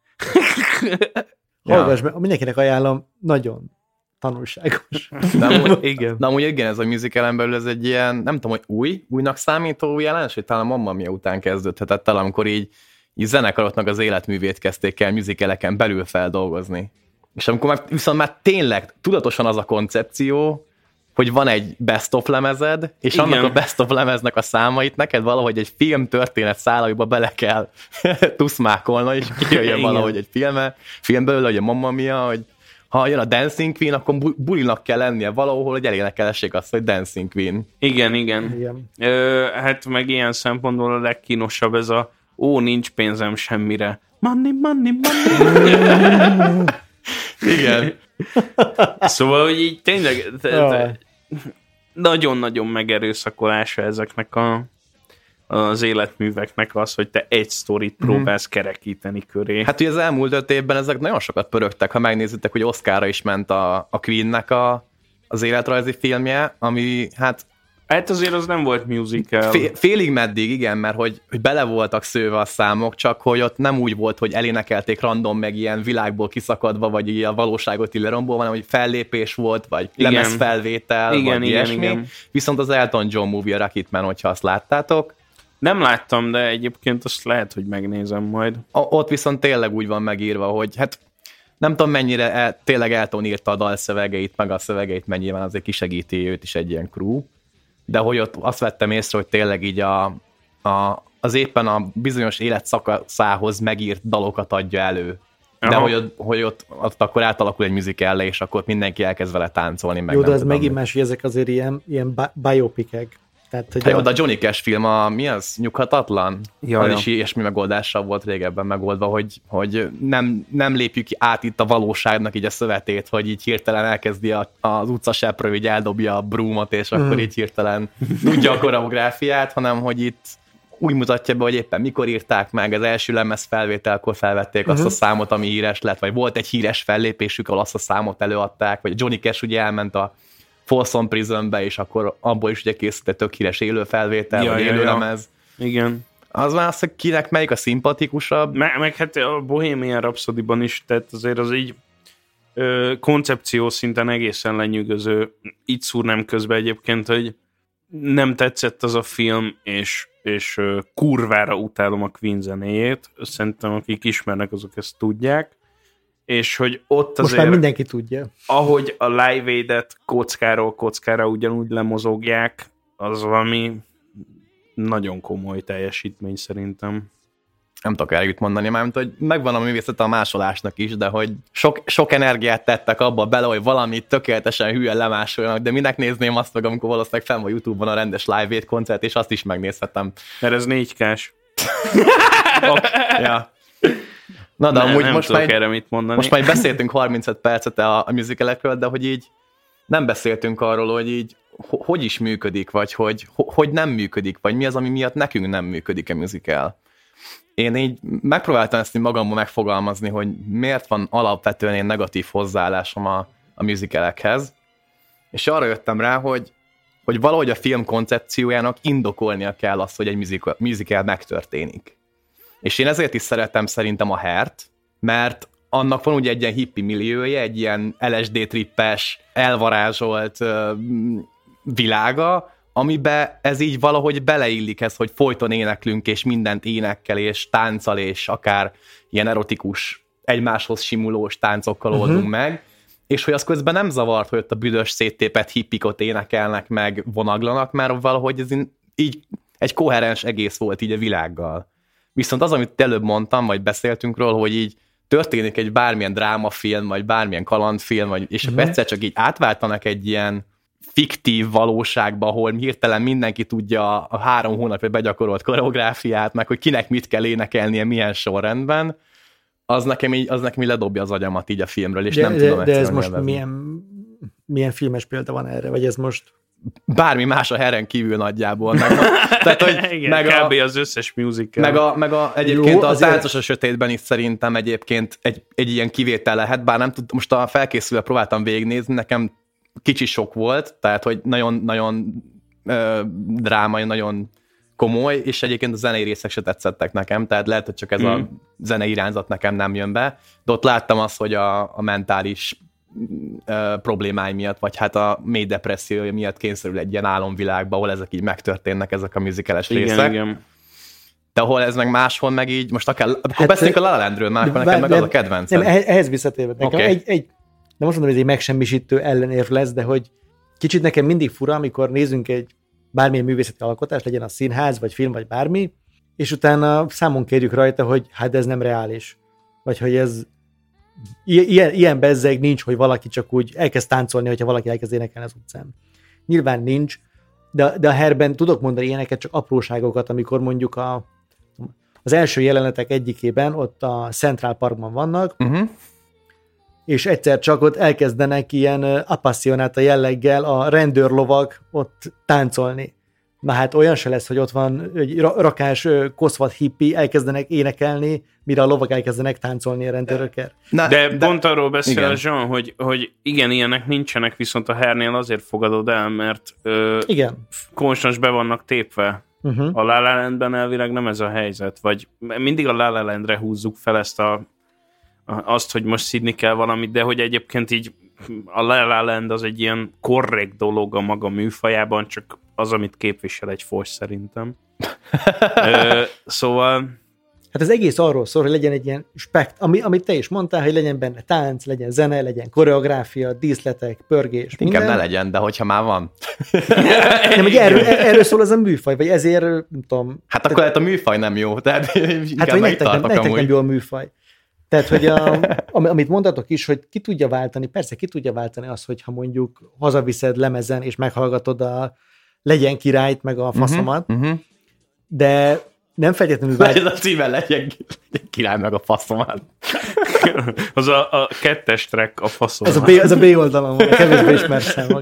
Hallgass meg, mindenkinek ajánlom, nagyon tanulságos. De amúgy, igen. De amúgy igen, ez a musicalen belül ez egy ilyen, nem tudom, hogy új, újnak számító jelenség, talán a Mamma Mia után kezdődhetett el, amikor így, így zenekaroknak az életművét kezdték el musicaleken belül feldolgozni. És amikor már, viszont már tényleg tudatosan az a koncepció, hogy van egy best of lemezed, és igen. annak a best of lemeznek a számait neked valahogy egy film történet szálaiba bele kell tuszmákolna, és kijöjjön valahogy egy filme, filmből, hogy a Mamma Mia, hogy ha jön a Dancing Queen, akkor bulinak kell lennie valahol, hogy elénekelessék azt, hogy Dancing Queen. Igen, igen. igen. Ö, hát meg ilyen szempontból a legkínosabb ez a ó, nincs pénzem semmire. Money, money, money. Igen. Szóval, hogy így tényleg nagyon-nagyon megerőszakolása ezeknek a, az életműveknek az, hogy te egy sztorit próbálsz mm. kerekíteni köré. Hát ugye az elmúlt öt évben ezek nagyon sokat pörögtek, ha megnézitek, hogy Oscarra is ment a, a Queennek a, az életrajzi filmje, ami hát Hát azért az nem volt musical. Fél, félig meddig, igen, mert hogy, hogy bele voltak szőve a számok, csak hogy ott nem úgy volt, hogy elénekelték random, meg ilyen világból kiszakadva, vagy így a valóságot illeromból, hanem hogy fellépés volt, vagy igen. lemezfelvétel, igen, vagy igen, ilyesmi. Igen. Viszont az Elton John movie, a Rocketman, hogyha azt láttátok. Nem láttam, de egyébként azt lehet, hogy megnézem majd. A, ott viszont tényleg úgy van megírva, hogy hát nem tudom mennyire el, tényleg Elton írta a dalszövegeit, meg a szövegeit mennyiben azért kisegíti őt is egy ilyen crew. De hogy ott azt vettem észre, hogy tényleg így a, a, az éppen a bizonyos életszakaszához megírt dalokat adja elő. De hogy, ott, hogy ott, ott akkor átalakul egy musical-le, és akkor mindenki elkezd vele táncolni. Meg jó, de ez megint más, hogy ezek azért ilyen, ilyen biopikek. Tehát, hogy hát, a... a Johnny Cash film, a, mi az? Nyughatatlan? Ja, az is ilyesmi megoldással volt régebben megoldva, hogy, hogy nem, nem lépjük át itt a valóságnak így a szövetét, hogy így hirtelen elkezdi a, az utcasepről, így eldobja a brúmot, és mm. akkor így hirtelen tudja a koreográfiát, hanem hogy itt úgy mutatja be, hogy éppen mikor írták meg, az első lemez felvételkor felvették uh-huh. azt a számot, ami híres lett, vagy volt egy híres fellépésük, ahol azt a számot előadták, vagy Johnny Cash ugye elment a Folsom Prisonbe, és akkor abból is ugye készült egy tök híres élő felvétel, ja, vagy élő ja, lemez. Ja. Igen. Az már az, hogy kinek melyik a szimpatikusabb. Me- meg hát a Bohemian Rhapsody-ban is, tehát azért az így ö, koncepció szinten egészen lenyűgöző. Így szúrnám közben egyébként, hogy nem tetszett az a film, és, és ö, kurvára utálom a Queen zenéjét. Szerintem akik ismernek, azok ezt tudják. És hogy ott azért... Most már mindenki tudja. Ahogy a Live Aid-et kockáról kockára ugyanúgy lemozogják, az valami nagyon komoly teljesítmény szerintem. Nem tudok erőt mondani, mármint, hogy megvan a művészete a másolásnak is, de hogy sok, sok energiát tettek abba bele, hogy valami tökéletesen hülyen lemásoljanak, de minek nézném azt meg, amikor valószínűleg fenn van YouTube-on a rendes Live Aid koncert, és azt is megnézhetem. Mert ez négy kás. Ja. Na, de ne, amúgy nem most már, erre mit mondani. Most már beszéltünk harmincöt percet a, a musicalekről, de hogy így nem beszéltünk arról, hogy így hogy is működik, vagy hogy, hogy nem működik, vagy mi az, ami miatt nekünk nem működik a musical. Én így megpróbáltam ezt magamban megfogalmazni, hogy miért van alapvetően én negatív hozzáállásom a, a musicalekhez, és arra jöttem rá, hogy, hogy valahogy a film koncepciójának indokolnia kell azt, hogy egy musical, musical megtörténik. És én ezért is szeretem szerintem a Hair-t, mert annak van ugye egy ilyen hippi milliója, egy ilyen el es dé trippes, elvarázsolt uh, világa, amiben ez így valahogy beleillik ez, hogy folyton éneklünk, és mindent énekkel, és tánccal, és akár ilyen erotikus, egymáshoz simulós táncokkal uh-huh. oldunk meg, és hogy az közben nem zavart, hogy ott a büdös széttépett hippikot énekelnek, meg vonaglanak, mert valahogy ez így egy koherens egész volt így a világgal. Viszont az, amit előbb mondtam, vagy beszéltünk róla, hogy így történik egy bármilyen drámafilm, vagy bármilyen kalandfilm, vagy, és uh-huh. egyszer csak így átváltanak egy ilyen fiktív valóságba, ahol hirtelen mindenki tudja a három hónapja begyakorolt koreográfiát, meg hogy kinek mit kell énekelnie, milyen sorrendben, az nekem így, az nekem így ledobja az agyamat így a filmről, és de, nem de, tudom De ez most élvezni. milyen, milyen filmes példa van erre, vagy ez most... Bármi más a Heren kívül nagyjából. Meg, tehát, hogy igen, meg kb. A, az összes musical. meg a, meg a egyébként Jó, a azért... Táncos a sötétben is szerintem egyébként egy, egy ilyen kivétel lehet, bár nem tud, most a felkészülve próbáltam végignézni, nekem kicsi sok volt, tehát hogy nagyon-nagyon drámai, nagyon komoly, és egyébként a zenei részek se tetszettek nekem, tehát lehet, hogy csak ez mm. a zenei irányzat nekem nem jön be, de ott láttam azt, hogy a, a mentális uh, problémái miatt, vagy hát a mély depressziója miatt kényszerül egy ilyen álomvilágba, ahol ezek így megtörténnek, ezek a musicales igen, részek. Igen. de ahol ez meg máshol meg így, most akár, akkor hát, beszéljünk a La La Landről, már akkor neked meg az a kedvenced. Nem, ehhez visszatérve. Nekem okay. egy, egy, nem azt mondom, hogy ez egy megsemmisítő ellenérv lesz, de hogy kicsit nekem mindig fura, amikor nézünk egy bármilyen művészeti alkotás, legyen a színház, vagy film, vagy bármi, és utána számon kérjük rajta, hogy hát ez nem reális. Vagy hogy ez ilyen, ilyen bezzeg nincs, hogy valaki csak úgy elkezd táncolni, hogyha valaki elkezd énekelni az utcán. Nyilván nincs, de, de a Hairben tudok mondani ilyeneket, csak apróságokat, amikor mondjuk a, az első jelenetek egyikében ott a Central Parkban vannak, uh-huh. és egyszer csak ott elkezdenek ilyen appassionata jelleggel a rendőrlovak ott táncolni. Na hát olyan se lesz, hogy ott van egy rakás koszvat hippi, elkezdenek énekelni, mire a lovak elkezdenek táncolni a rendőrökkel. De, de, de pont arról beszél a Jean, hogy, hogy igen, ilyenek nincsenek, viszont a Hairnél azért fogadod el, mert ö, igen. konstans be vannak tépve. Uh-huh. A La La Landben elvileg nem ez a helyzet, vagy mindig a La La Landre húzzuk fel ezt a, a, azt, hogy most szidni kell valamit, de hogy egyébként így a La La Land az egy ilyen korrekt dolog a maga műfajában, csak az, amit képvisel egy fos szerintem. Ö, szóval... Hát az egész arról szól, hogy legyen egy ilyen spekt, ami, amit te is mondtál, hogy legyen benne tánc, legyen zene, legyen koreográfia, díszletek, pörgés, inkább minden. Ne legyen, de hogyha már van. Nem, hogy erről, erről szól az a műfaj, vagy ezért, nem tudom... Hát akkor lehet a műfaj nem jó, tehát hát vagy nektek nem, nektek nem jó a műfaj. Tehát, hogy a, amit mondtatok is, hogy ki tudja váltani, persze ki tudja váltani azt, hogyha mondjuk hazaviszed lemezen, és meghallgatod a Legyen királyt, meg a faszomat, uh-huh, uh-huh. de nem feltétlenül vált... Ez a címe legyen, legyen király, meg a faszomat. Az a, a kettes track, a faszomat. Ez a B, ez a B oldalon van, a kevésbé ismert számok.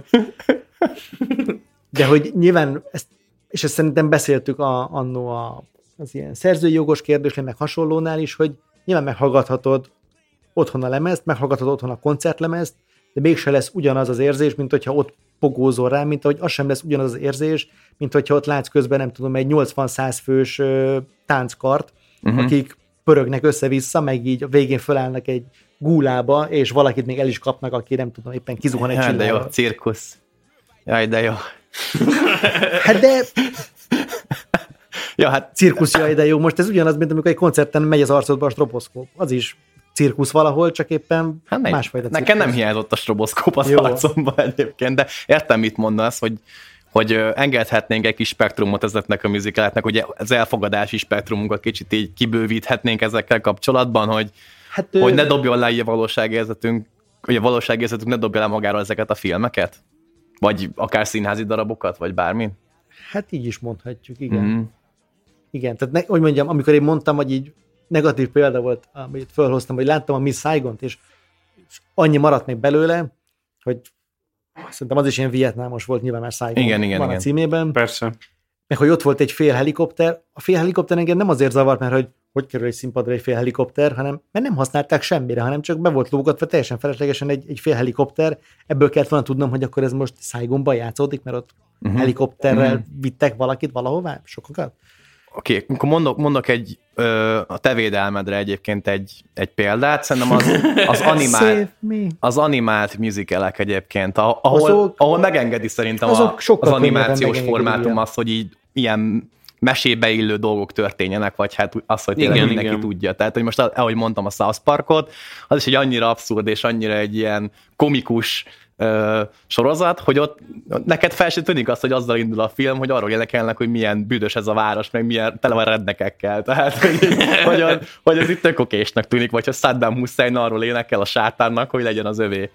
De hogy nyilván, ezt, és ezt szerintem beszéltük a, annó a, az ilyen szerzői jogos kérdésnél, meg hasonlónál is, hogy nyilván meghallgathatod otthon a lemezt, meghallgathatod otthon a koncertlemezt, de mégse lesz ugyanaz az érzés, mint hogyha ott pogózol rá, mint ahogy az sem lesz ugyanaz az érzés, mint hogyha ott látsz közben, nem tudom, egy nyolcvan-száz fős ö, tánckart, uh-huh. akik pörögnek össze-vissza, meg így a végén fölállnak egy gúlába, és valakit még el is kapnak, aki nem tudom, éppen kizuhan egy csillába. De jó, cirkusz. Jaj, de jó. Hát de... ja, hát... Cirkusz, jaj, de jó. Most ez ugyanaz, mint amikor egy koncerten megy az arcodba a stroboszkóp. Az is cirkusz valahol, csak éppen hát másfajta cirkusz. Nekem nem hiányzott a stroboszkóp az arcomban egyébként, de értem, mit mondasz, hogy, hogy engedhetnénk egy kis spektrumot ezeknek a műzikáletnek, ugye az elfogadási spektrumunkat kicsit így kibővíthetnénk ezekkel kapcsolatban, hogy, hát, hogy ne dobjon le a valóságérzetünk, hogy a valóságérzetünk ne dobja le magáról ezeket a filmeket? Vagy akár színházi darabokat, vagy bármi? Hát így is mondhatjuk, igen. Mm. Igen, tehát ne, hogy mondjam, amikor én mondtam, hogy így negatív példa volt, amit felhoztam, hogy láttam a Miss Saigont, és, és annyi maradt még belőle, hogy szerintem az is ilyen vietnámos volt, nyilván már Saigon igen, igen, van igen. a címében. Persze. Meg hogy ott volt egy fél helikopter. A fél helikopter engem nem azért zavart, mert hogy hogy kerül egy színpadra egy fél helikopter, hanem mert nem használták semmire, hanem csak be volt lógatva teljesen feleslegesen egy, egy fél helikopter. Ebből kellett volna tudnom, hogy akkor ez most Saigonban játszódik, mert ott uh-huh. helikopterrel uh-huh. vittek valakit valahová, sokakat. Oké, okay, akkor mondok, mondok egy, ö, a te védelmedre egyébként egy, egy példát, szerintem az, az, animált, az animált musicalek egyébként, ahol, azok, ahol megengedi szerintem a, az animációs formátum az, hogy így ilyen mesébe illő dolgok történjenek, vagy hát az, hogy tényleg igen, mindenki igen. tudja. Tehát, hogy most ahogy mondtam a South Parkot, az is egy annyira abszurd és annyira egy ilyen komikus Ö, sorozat, hogy ott neked fel se tűnik azt, hogy azzal indul a film, hogy arról énekelnek, hogy milyen büdös ez a város, meg milyen tele van rednekekkel. Tehát, hogy, hogy, a, hogy ez itt tök okésnak tűnik, vagy ha Saddam Hussein arról énekel a sátánnak, hogy legyen az övé.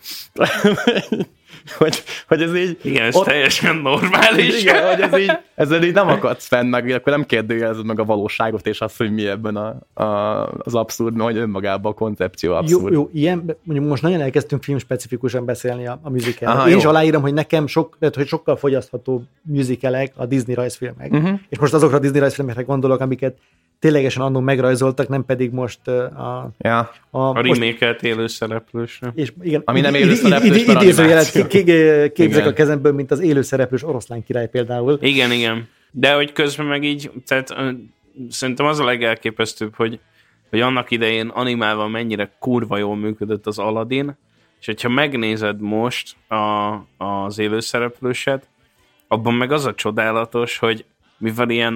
hogy, hogy ez így... Igen, ez ott, teljesen normális. Igen, hogy ez így, ezzel így nem akadsz fenn, meg akkor nem kérdőjelezed meg a valóságot, és azt, hogy mi ebben a, a, az abszurd, mert hogy önmagában a koncepció abszurd. Jó, jó, ilyen, mondjuk most nagyon elkezdtünk filmspecifikusan beszélni a, a musicalről. Én is aláírom, hogy nekem sok, lehet, hogy sokkal fogyasztható musicalek a Disney rajzfilmek. Uh-huh. És most azokra a Disney rajzfilmekre gondolok, amiket ténylegesen annól megrajzoltak, nem pedig most a... Ja. A, a remake-elt élőszereplősre. És igen, ami nem élőszereplős, mert idézőjelet képzek a kezemből, mint az élőszereplős Oroszlán király például. Igen, igen. De hogy közben meg így, tehát szerintem az a legelképesztőbb, hogy, hogy annak idején animálva mennyire kurva jól működött az Aladdin, és hogyha megnézed most a, az élőszereplőset, abban meg az a csodálatos, hogy mivel ilyen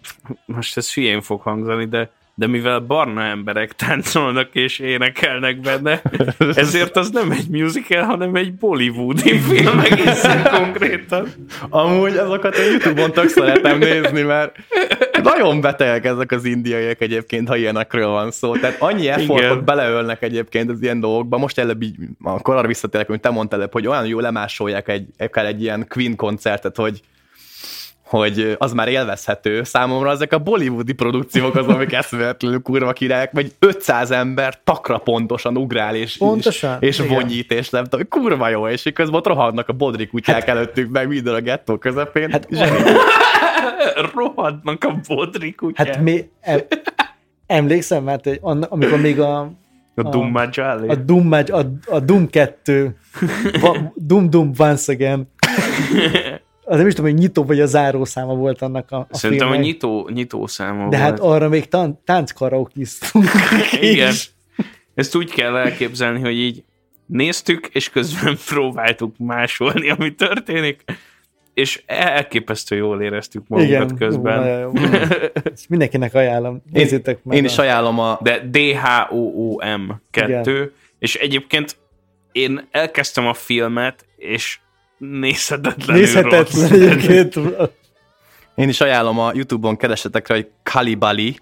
most ez hülyén fog hangzani, de, de mivel barna emberek táncolnak és énekelnek benne, ezért az nem egy musical, hanem egy bollywoodi film egészen konkrétan. Amúgy azokat a YouTube-on tök szeretem nézni, mert nagyon betegek ezek az indiaiak egyébként, ha ilyenekről van szó. Tehát annyi effortot beleölnek egyébként az ilyen dolgokba. Most előbb így, akkor arra visszatérek, hogy te mondtál előbb, hogy olyan jól lemásolják egy, egy ilyen Queen koncertet, hogy hogy az már élvezhető. Számomra ezek a bollywoodi produkciók az, amik eszméletlenül kurva királyok, vagy ötszáz ember takra pontosan ugrál, és, pontosan, és, és vonyít, és nem tudom, kurva jó, és közben ott rohadnak a bodri kutyák hát, előttük, meg minden a gettó közepén. Hát, rohadnak a bodri kutyák. Hát mi, em, emlékszem, mert hogy anna, amikor még a a, a Doom Majali. A Doom, a, a Doom kettő Doom Doom Once Again az nem is tudom, hogy nyitó vagy a zárószáma volt annak a, a Szerintem filmnek. a nyitó, nyitó száma De volt. hát arra még tán, tánckaraokiztunk. Igen. Ezt úgy kell elképzelni, hogy így néztük, és közben próbáltuk másolni, ami történik, és elképesztő jól éreztük magunkat igen, közben. Jó, jó. Ezt mindenkinek ajánlom. Nézzétek meg. Én is ajánlom a... De D H O O M kettő, igen. És egyébként én elkezdtem a filmet, és nézhetetlenül Nézhetetlen rossz. egyébként. Én is ajánlom a YouTube-on keresetek rá, hogy Kalibali.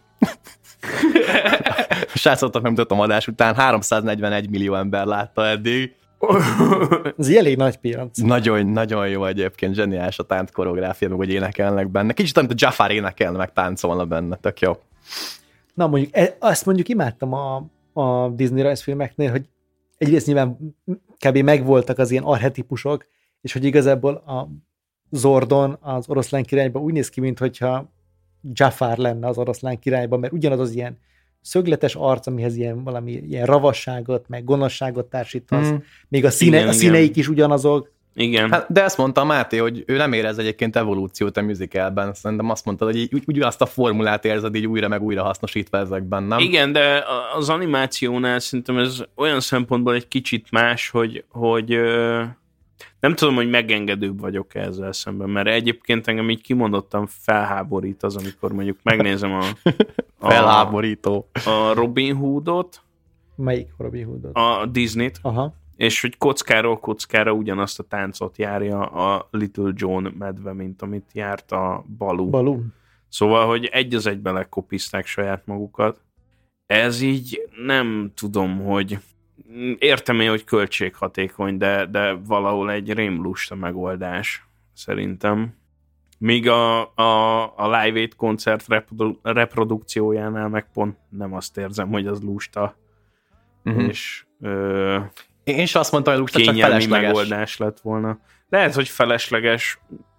Srácottak megmutatom adás után, háromszáznegyvenegy millió ember látta eddig. Ez egy elég nagy piac. Nagyon, nagyon jó egyébként, zseniális a tánc koreográfia, meg hogy énekelnek benne. Kicsit, amit a Jafar énekelne, meg táncolna benne, tök jó. Na mondjuk, azt mondjuk imádtam a, a Disney rajzfilmeknél, hogy egyrészt nyilván kb. Megvoltak az ilyen archetipusok, és hogy igazából a Zordon az oroszlán királyban úgy néz ki, mintha Jafar lenne az oroszlán királyban, mert ugyanaz az ilyen szögletes arc, amihez ilyen valami ilyen ravasságot, meg gonoszságot társítasz. Mm. Még a, színe, igen, a színeik igen. is ugyanazok. Igen. Hát, de ezt mondta Máté, hogy ő nem érez egyébként evolúciót a musicalben. Szerintem azt mondta, hogy így, ugyanazt a formulát érzed így újra meg újra hasznosítva ezekben, nem? Igen, de az animációnál szerintem ez olyan szempontból egy kicsit más, hogy, hogy nem tudom, hogy megengedőbb vagyok ezzel szemben, mert egyébként engem így kimondottan felháborít az, amikor mondjuk megnézem a... a felháborító. A Robin Hoodot. Melyik Robin Hoodot? A Disneyt. Aha. És hogy kockáról kockára ugyanazt a táncot járja a Little John medve, mint amit járt a Baloo. Baloo. Szóval, hogy egy az egyben lekopizták saját magukat. Ez így nem tudom, hogy értem én, hogy költséghatékony, de, de valahol egy rémlusta megoldás, szerintem. Míg a, a, a Live Aid koncert reprodu, reprodukciójánál meg pont nem azt érzem, hogy az lusta. Uh-huh. És ö, én is azt mondtam, hogy lusta, csak felesleges megoldás lett volna. Lehet, hogy felesleges,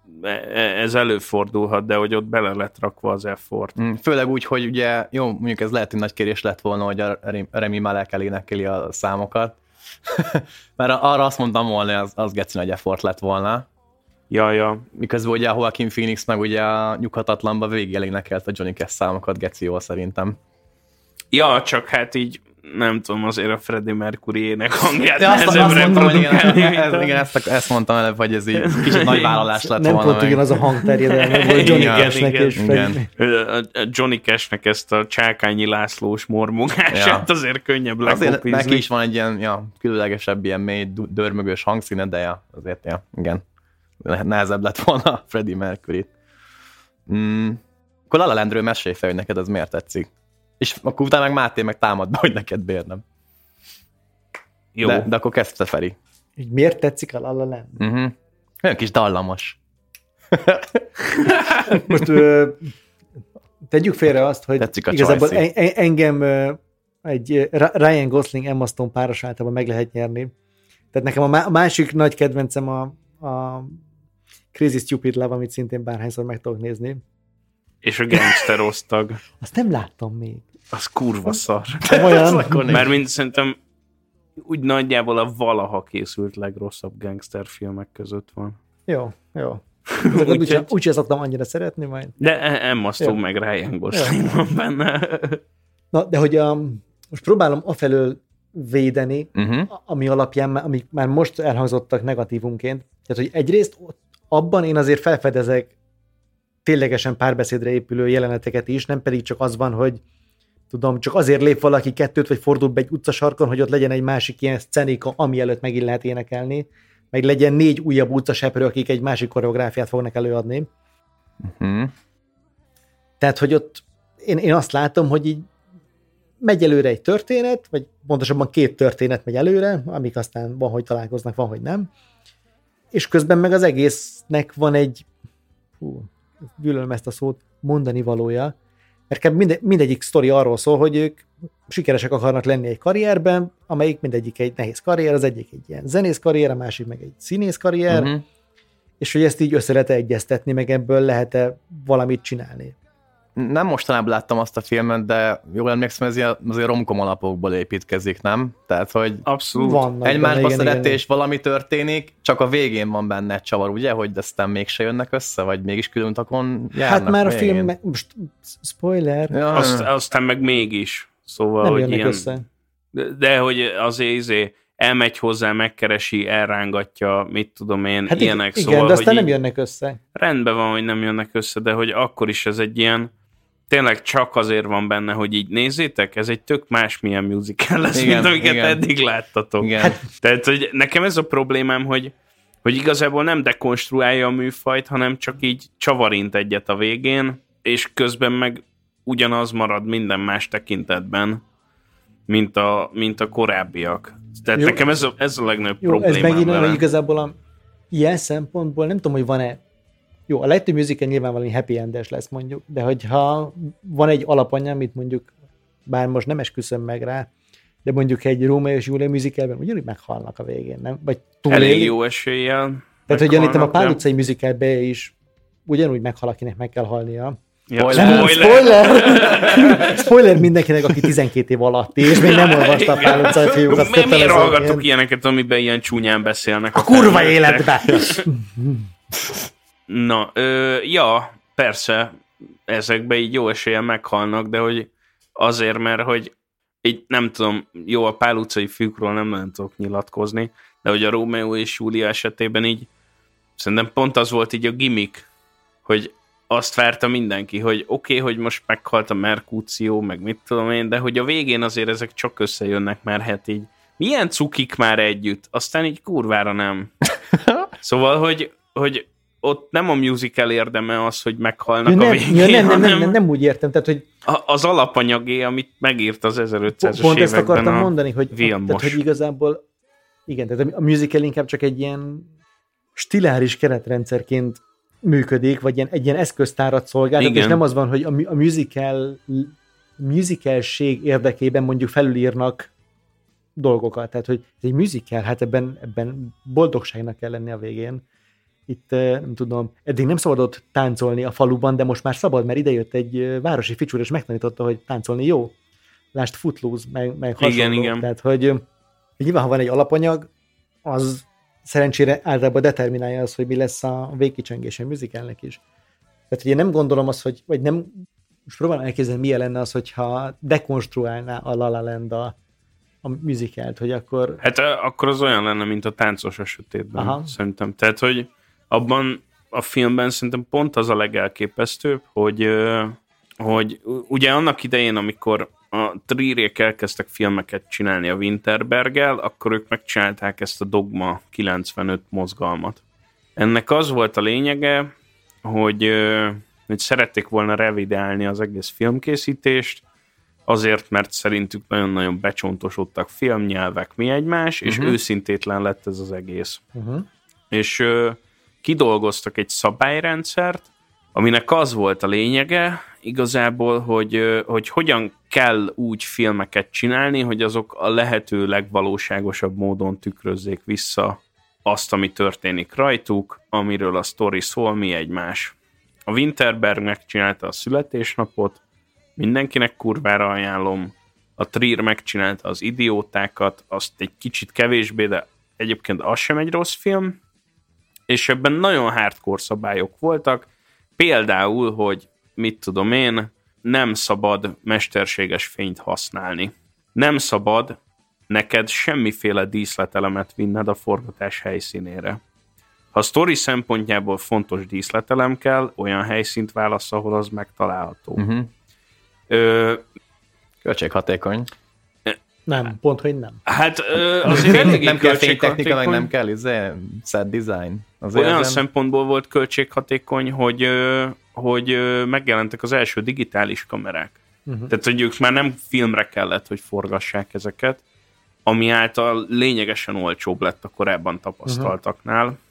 ez előfordulhat, de hogy ott bele lett rakva az effort. Főleg úgy, hogy ugye, jó, mondjuk ez lehet, hogy nagy kérés lett volna, hogy a Rami Malek elénekeli a számokat. Mert arra azt mondtam volna, az, az geci nagy effort lett volna. Ja, ja. Miközben ugye a Joaquin Phoenix meg ugye a Nyughatatlanban végig elénekelt a Johnny Cash számokat geci jól szerintem. Ja, csak hát így nem tudom, azért a Freddie Mercury-ének hangját ja, azt, azt mondtam, hogy igen, ez, igen ezt, ezt mondtam előbb, hogy ez így kicsit nagy vállalás lett nem volna. Nem pont ugyanaz a hangterjedelme volt Johnny Cashnek és Freddie. Johnny Cashnek ezt a Csákányi Lászlós mormogását ja. azért könnyebb lekopizni. Neki is van egy ilyen ja, különlegesebb, ilyen mély, dörmögős hangszíne, de ja, azért ja, igen. Nehezebb lett volna Freddie Mercury-t. Mm. Akkor La La Landről mesélj fel, hogy neked ez miért tetszik. És akkor utána meg Máté meg támad be, hogy neked miért nem. Jó. De, de akkor kezdte Feri. Így miért tetszik a La La Land? Uh-huh. Olyan kis dallamos. Most ö, tegyük félre azt, hogy igazából en, engem ö, egy Ryan Gosling Emma Stone páros általában meg lehet nyerni. Tehát nekem a, má- a másik nagy kedvencem a, a Crazy Stupid Love, amit szintén bárhányszor meg tudok nézni. És a Gangster osztag. Azt nem láttam még. Az kurva szar. Olyan. Mert mind szerintem úgy nagyjából a valaha készült legrosszabb gangster filmek között van. Jó, jó. Úgyhogy úgy, úgy szoktam annyira szeretni majd. De Emma Stone meg Ryan Gosling van benne. Na, de hogy a, most próbálom afelől védeni, uh-huh. ami alapján, amik már most elhangzottak negatívunként. Tehát, hogy egyrészt abban én azért felfedezek ténylegesen párbeszédre épülő jeleneteket is, nem pedig csak az van, hogy tudom, csak azért lép valaki kettőt, vagy fordul be egy utcasarkon, hogy ott legyen egy másik ilyen szcenika, ami előtt megint lehet énekelni, meg legyen négy újabb utcaseprő, akik egy másik koreográfiát fognak előadni. Uh-huh. Tehát, hogy ott én, én azt látom, hogy így megy előre egy történet, vagy pontosabban két történet megy előre, amik aztán van, hogy találkoznak, van, hogy nem. És közben meg az egésznek van egy, hú, gyűlölöm ezt a szót, mondani valója, mert minde, mindegyik sztori arról szól, hogy ők sikeresek akarnak lenni egy karrierben, amelyik mindegyik egy nehéz karrier, az egyik egy ilyen zenész karrier, a másik meg egy színész karrier, uh-huh. és hogy ezt így össze lehet egyeztetni, meg ebből lehet-e valamit csinálni. Nem mostanában láttam azt a filmet, de jól emlékszem, ez azért romkom alapokból építkezik, nem? Tehát, hogy abszolút vannak egymásba szeretés, valami történik, csak a végén van benne csavar, ugye? Hogy aztán mégse jönnek össze, vagy mégis külön utakon járnak. Hát már végén. A film, most spoiler. Ja. Azt, aztán meg mégis. Szóval, nem hogy jönnek ilyen, össze. De, de hogy azért, azért elmegy hozzá, megkeresi, elrángatja, mit tudom én, hát ilyenek. Igen, szóval, de aztán nem jönnek össze. Rendben van, hogy nem jönnek össze, de hogy akkor is ez egy ilyen, tényleg csak azért van benne, hogy így nézzétek, ez egy tök másmilyen musical lesz, igen, mint amiket igen. eddig láttatok. Igen. Hát, tehát, hogy nekem ez a problémám, hogy, hogy igazából nem dekonstruálja a műfajt, hanem csak így csavarint egyet a végén, és közben meg ugyanaz marad minden más tekintetben, mint a, mint a korábbiak. Tehát jó, nekem ez a, ez a legnagyobb jó, problémám. Ez megint olyan, hogy igazából a, ilyen szempontból nem tudom, hogy van-e. Jó, a legtöbb musical nyilvánvalóan happy endes lesz mondjuk, de hogyha van egy alapanyag, amit mondjuk, bár most nem esküszöm meg rá, de mondjuk egy Rómeó és Júlia musicalben ugyanúgy meghalnak a végén, nem? Vagy túlélik. Elég jó eséllyel. Tehát, hogy gyanítom a Pál utcai musicalben is ugyanúgy meghal, akinek meg kell halnia. Ja, spoiler! Spoiler! Spoiler mindenkinek, aki tizenkét év alatti, és még nem olvasta a Pál utcai fiúkat. Mi, miért hallgattuk ilyeneket, amiben ilyen csúnyán beszélnek? A, a kurva életbe! Na, ö, ja, persze, ezekben így jó eséllyel meghalnak, de hogy azért, mert hogy így nem tudom, jó, a Pál utcai fiúkról nem nagyon tudok nyilatkozni, de hogy a Rómeó és Júlia esetében így szerintem pont az volt így a gimmick, hogy azt várta mindenki, hogy oké, okay, hogy most meghalt a Mercutio, meg mit tudom én, de hogy a végén azért ezek csak összejönnek, mert hát így milyen cukik már együtt, aztán így kurvára nem. Szóval, hogy, hogy ott nem a musical érdeme az, hogy meghalnak ja, nem, a végén, ja, nem, nem, nem, nem, nem úgy értem, tehát, hogy az alapanyagé, amit megírt az ezerötszázas években. Pont ezt akartam mondani, hogy, Vilmos. Tehát, hogy igazából igen, tehát a musical inkább csak egy ilyen stiláris keretrendszerként működik, vagy ilyen, egy ilyen eszköztárat szolgáltat, és nem az van, hogy a, a musical musicalség érdekében mondjuk felülírnak dolgokat. Tehát, hogy ez egy musical, hát ebben, ebben boldogságnak kell lenni a végén. Itt nem tudom, eddig nem szabadott táncolni a faluban, de most már szabad, mert idejött egy városi ficsúr, és megtanította, hogy táncolni jó. Lásd Footloose, meg, meg hasonló. Igen, igen. Tehát, hogy, hogy nyilván, ha van egy alapanyag, az szerencsére általában determinálja az, hogy mi lesz a végkicsengése a musicalnek is. Tehát ugye nem gondolom azt, hogy, vagy nem, most próbálom elképzelni, milyen lenne az, hogyha dekonstruálná a La La Land a, a musicalt, hogy akkor... Hát akkor az olyan lenne, mint a Táncos a sötétben, aha. Szerintem. Tehát, hogy abban a filmben szerintem pont az a legelképesztőbb, hogy, hogy ugye annak idején, amikor a Trierek elkezdtek filmeket csinálni a Winterberggel, akkor ők megcsinálták ezt a Dogma kilencvenöt mozgalmat. Ennek az volt a lényege, hogy, hogy szerették volna revidálni az egész filmkészítést, azért, mert szerintük nagyon-nagyon becsontosodtak filmnyelvek mi egymás, és uh-huh. őszintétlen lett ez az egész. Uh-huh. És ö, kidolgoztak egy szabályrendszert, aminek az volt a lényege igazából, hogy, hogy hogyan kell úgy filmeket csinálni, hogy azok a lehető legvalóságosabb módon tükrözzék vissza azt, ami történik rajtuk, amiről a sztori szól, mi egymás. A Winterberg megcsinálta a Születésnapot, mindenkinek kurvára ajánlom, a Trier megcsinálta az Idiótákat, azt egy kicsit kevésbé, de egyébként az sem egy rossz film, és ebben nagyon hardcore szabályok voltak, például, hogy mit tudom én, nem szabad mesterséges fényt használni. Nem szabad neked semmiféle díszletelemet vinned a forgatás helyszínére. Ha a sztori szempontjából fontos díszletelem kell, olyan helyszínt válasz, ahol az megtalálható. Uh-huh. Ö, Költséghatékony. Nem, pont, hogy nem. Hát ö, azért eléggé nem kell fénytechnika, meg költséghatékony. nem kell izé, set design. Azért Olyan ezen... szempontból volt költséghatékony, hogy, ö, hogy ö, megjelentek az első digitális kamerák. Uh-huh. Tehát, hogy ők már nem filmre kellett, hogy forgassák ezeket, ami által lényegesen olcsóbb lett a korábban tapasztaltaknál. Uh-huh.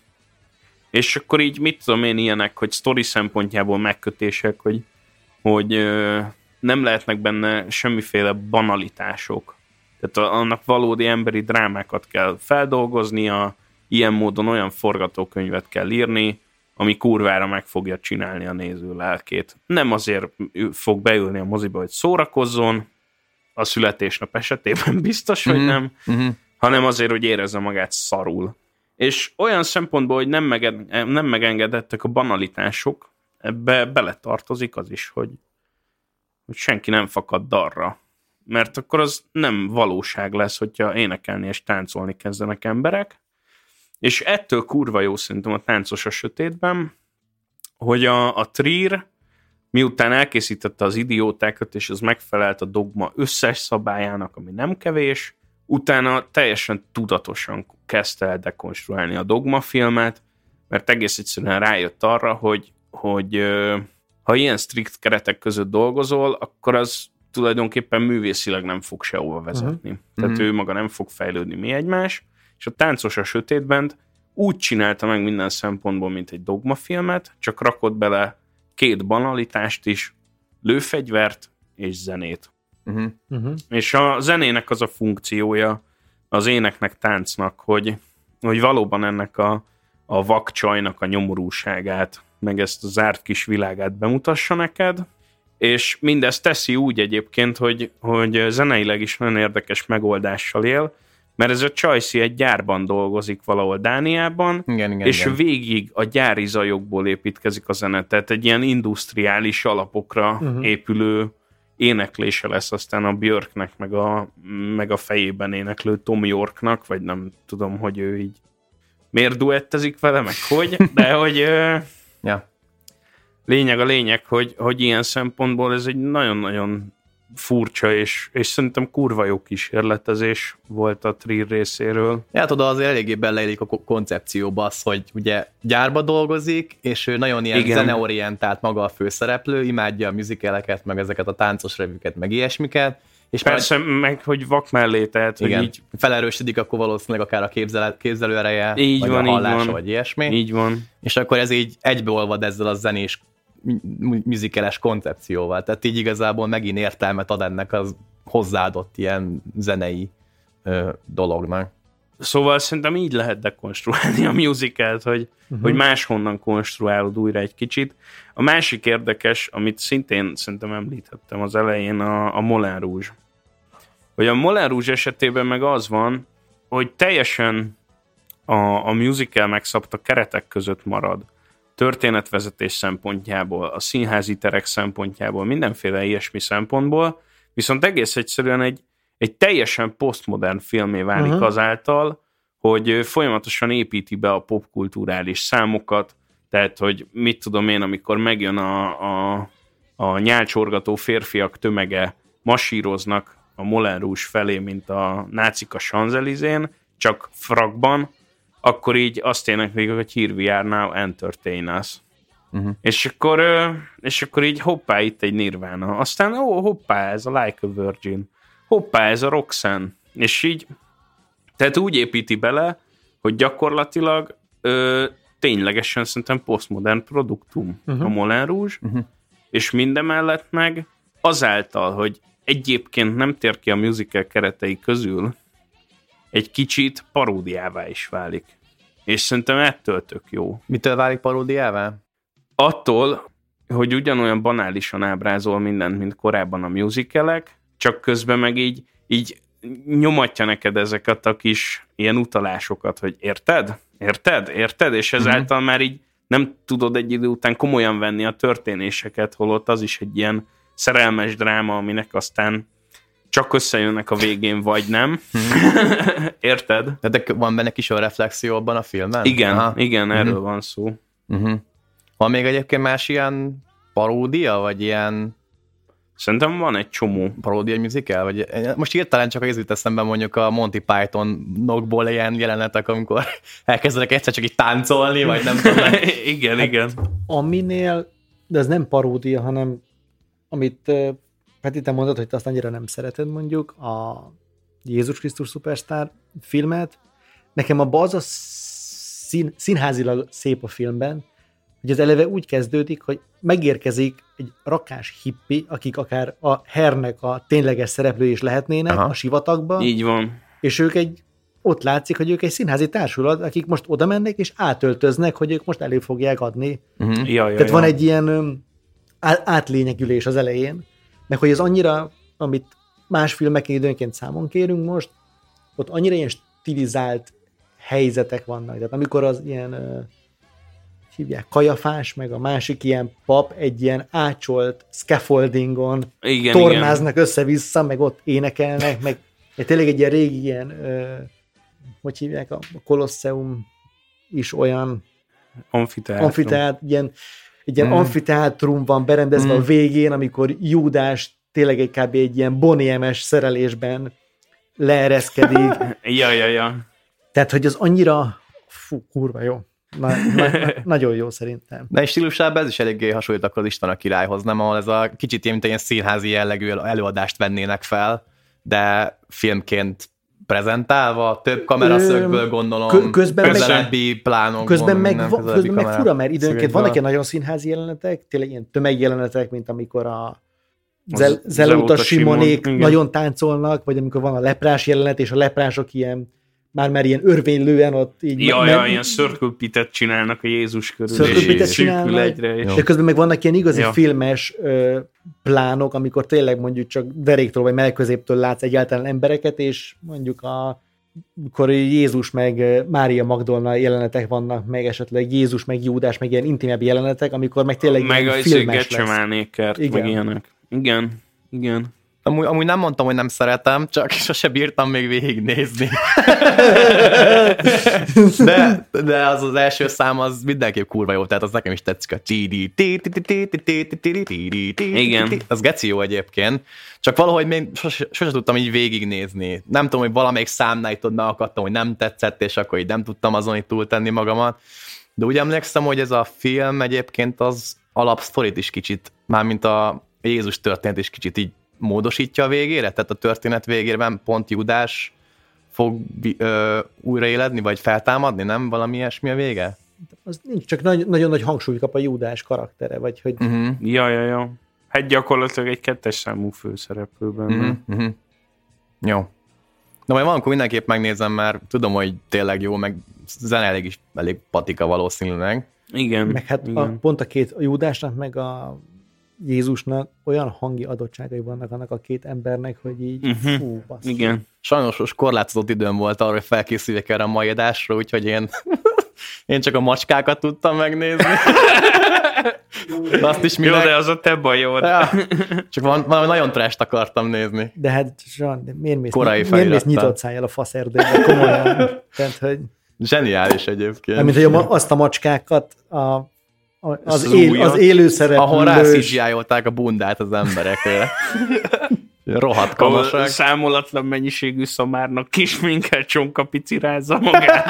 És akkor így, mit tudom én, ilyenek, hogy sztori szempontjából megkötések, hogy, hogy ö, nem lehetnek benne semmiféle banalitások. Tehát annak valódi emberi drámákat kell feldolgoznia, ilyen módon olyan forgatókönyvet kell írni, ami kurvára meg fogja csinálni a néző lelkét. Nem azért fog beülni a moziba, hogy szórakozzon, a születésnap esetében biztos, hogy nem, mm-hmm. hanem azért, hogy érezze magát szarul. És olyan szempontból, hogy nem, meged, nem megengedettek a banalitások, ebbe beletartozik az is, hogy, hogy senki nem fakad darra. Mert akkor az nem valóság lesz, hogyha énekelni és táncolni kezdenek emberek. És ettől kurva jó szerintem a Táncos a sötétben, hogy a, a Trier, miután elkészítette az Idiótákat, és az megfelelt a Dogma összes szabályának, ami nem kevés, utána teljesen tudatosan kezdte el dekonstruálni a Dogma filmet, mert egész egyszerűen rájött arra, hogy, hogy ha ilyen strikt keretek között dolgozol, akkor az tulajdonképpen művészileg nem fog sehova vezetni. Uh-huh. Tehát uh-huh. ő maga nem fog fejlődni mi egymás, és a Táncos a sötétben úgy csinálta meg minden szempontból, mint egy dogmafilmet, csak rakott bele két banalitást is, lőfegyvert és zenét. Uh-huh. Uh-huh. És a zenének az a funkciója, az éneknek, táncnak, hogy, hogy valóban ennek a, a vakcsajnak a nyomorúságát, meg ezt a zárt kis világát bemutassa neked, és mindezt teszi úgy egyébként, hogy, hogy zeneileg is nagyon érdekes megoldással él, mert ez a Csajci egy gyárban dolgozik valahol Dániában, igen, igen, és igen. végig a gyári zajokból építkezik a zene, tehát egy ilyen industriális alapokra uh-huh. épülő éneklése lesz aztán a Björknek, meg a, meg a fejében éneklő Tom Yorknak, vagy nem tudom, hogy ő így miért duettezik vele, meg hogy, de hogy ja. lényeg a lényeg, hogy, hogy ilyen szempontból ez egy nagyon-nagyon furcsa, és, és szerintem kurva jó kísérletezés volt a Trier részéről. Ja, tudod, azért eléggé beleillik a koncepcióba az, hogy ugye gyárba dolgozik, és ő nagyon ilyen igen. zeneorientált maga a főszereplő, imádja a musicaleket, meg ezeket a táncos revüket, meg ilyesmiket. És persze, majd, meg hogy vak mellé, tehát igen, hogy így... felerősödik akkor valószínűleg akár a képzel, képzelőereje, így vagy van, a hallása, így van. vagy ilyesmi. Így van. És akkor ez így egybeolvad ezzel a zenés musicales koncepcióval. Tehát így igazából megint értelmet ad ennek az hozzáadott ilyen zenei ö, dolognak. Szóval szerintem így lehet dekonstruálni a musicalt, hogy, uh-huh. hogy máshonnan konstruálod újra egy kicsit. A másik érdekes, amit szintén szerintem említhettem az elején, a, a Moulin Rouge. Hogy a Moulin Rouge esetében meg az van, hogy teljesen a, a musical megszabta keretek között marad. Történetvezetés szempontjából, a színházi terek szempontjából, mindenféle ilyesmi szempontból, viszont egész egyszerűen egy, egy teljesen posztmodern filmé válik uh-huh. azáltal, hogy folyamatosan építi be a popkulturális számokat, tehát, hogy mit tudom én, amikor megjön a, a, a nyálcsorgató férfiak tömege, masíroznak a Moulin Rouge felé, mint a nácik a Champs-Élysén, csak frakban, akkor így azt éneklik, hogy here we are now, entertain us. Uh-huh. És, akkor, és akkor így hoppá, itt egy Nirvana. Aztán ó, hoppá, ez a Like a Virgin. Hoppá, ez a Roxanne. És így, tehát úgy építi bele, hogy gyakorlatilag ö, ténylegesen szerintem posztmodern produktum uh-huh. a Moulin Rouge, uh-huh. és mindemellett meg azáltal, hogy egyébként nem tér ki a musical keretei közül, egy kicsit paródiává is válik. És szerintem ettől tök jó. Mitől válik paródiává? Attól, hogy ugyanolyan banálisan ábrázol mindent, mint korábban a musicalek, csak közben meg így, így nyomatja neked ezeket a kis ilyen utalásokat, hogy érted? Érted? Érted? És ezáltal uh-huh. már így nem tudod egy idő után komolyan venni a történéseket, holott az is egy ilyen szerelmes dráma, aminek aztán csak összejönnek a végén, vagy nem. Érted? De, de van benne kis olyan reflexió abban a filmben? Igen, Aha. igen, erről uh-huh. van szó. Uh-huh. Van még egyébként más ilyen paródia, vagy ilyen... Szerintem van egy csomó. Paródia musical? Vagy... Most hirtelen csak az jut eszembe mondjuk a Monty Python-nokból ilyen jelenetek, amikor elkezdenek egyszer csak így táncolni, vagy nem tudom. igen, hát, igen. Aminél, de ez nem paródia, hanem amit Peti, te mondod, hogy te azt annyira nem szereted mondjuk, a Jézus Krisztus Superstar filmet. Nekem abban az a szín, színházilag szép a filmben, hogy az eleve úgy kezdődik, hogy megérkezik egy rakás hippi, akik akár a Hernek a tényleges szereplői is lehetnének, aha, a sivatagban. Így van. És ők egy, ott látszik, hogy ők egy színházi társulat, akik most oda mennek és átöltöznek, hogy ők most elő fogják adni. Uh-huh. Ja, ja, Tehát ja. van egy ilyen átlényegülés az elején, meg hogy ez annyira, amit más filmeken időnként számon kérünk most, ott annyira ilyen stilizált helyzetek vannak. Tehát amikor az ilyen hívják, Kajafás, meg a másik ilyen pap egy ilyen ácsolt scaffoldingon igen, tornáznak igen. össze-vissza, meg ott énekelnek, meg tényleg egy ilyen régi ilyen, ö, hogy hívják, a Kolosseum is olyan amfiteátrum, amfiteát, ilyen, egy ilyen mm. amfiteátrum van berendezve mm. a végén, amikor Júdás tényleg egy kb. Egy ilyen Bonnie-emes szerelésben leereszkedik. ja, ja, ja. Tehát, hogy az annyira fú, kurva jó. Na, na, na, nagyon jó szerintem. De és stílusában ez is eléggé hasonlít akkor az István a királyhoz, nem? Ahol ez a kicsit ilyen, mint ilyen színházi jellegű előadást vennének fel, de filmként prezentálva, több kameraszögből gondolom, közben közelebbi meg, plánokban. Közben meg, va, közben meg fura, mert időnként vannak ilyen nagyon színházi jelenetek, tényleg ilyen tömegjelenetek, mint amikor a Zel, Zelóta Simonék nagyon táncolnak, vagy amikor van a leprás jelenet, és a leprások ilyen már már ilyen örvénylően ott így... Ja, ja, ilyen szörkülpitet csinálnak a Jézus körül. Szörkülpitet csinálnak, egyre, és... de közben meg vannak ilyen igazi ja. filmes ö, plánok, amikor tényleg mondjuk csak deréktől vagy melközéptől látsz egyáltalán embereket, és mondjuk a amikor Jézus meg Mária Magdolna jelenetek vannak, meg esetleg Jézus meg Júdás, meg ilyen intimebb jelenetek, amikor meg tényleg meg ilyen filmes lesz. Meg a meg ilyenek. Igen, igen. Amúgy, amúgy nem mondtam, hogy nem szeretem, csak sose bírtam még végignézni. De, de az az első szám az mindenképp kurva jó, tehát az nekem is tetszik a igen. Az geci jó egyébként, csak valahogy még sose, sose tudtam így végignézni. Nem tudom, hogy valamelyik számnál itt meg akadtam, hogy nem tetszett, és akkor így nem tudtam azon itt túltenni magamat. De úgy emlékszem, hogy ez a film egyébként az alapsztorit is kicsit, mármint a Jézus történet is kicsit így módosítja a végére? Tehát a történet végében pont Júdás fog ö, újraéledni, vagy feltámadni, nem? Valami ilyesmi a vége? Az nincs, csak nagy, nagyon nagy hangsúly kap a Júdás karaktere, vagy hogy... Uh-huh. Ja, ja, ja. Hát gyakorlatilag egy kettes számú főszereplőben. Uh-huh, uh-huh. Jó. Na majd valamikor mindenképp megnézem, mert tudom, hogy tényleg jó, meg zene elég is elég patika valószínűleg. Igen. Meg hát igen. A, pont a két, a Júdásnak, meg a Jézusnak olyan hangi adottságai vannak annak a két embernek, hogy így uh-huh. fú, basszus. Igen. Sajnos most korlátozott időm volt arra, hogy felkészüljek erre a mai adásra, úgyhogy én, én csak a macskákat tudtam megnézni. De azt is minden... Jó, de az a te bajod. Ja. Csak van, valami nagyon trash-t akartam nézni. De hát, Zsan, de miért mész, Korai miért mész nyitott szájjal a faszerdőbe? Komolyan. Tehát, hogy... Zseniális egyébként. Mármint, hogy a, azt a macskákat a Az, él, az élőszereplő. Ahol rászízsjálolták a bundát az emberekre. Rohadt kamasak. Számolatlan mennyiségű szamárnak kisminkel csonkapicirázza magát.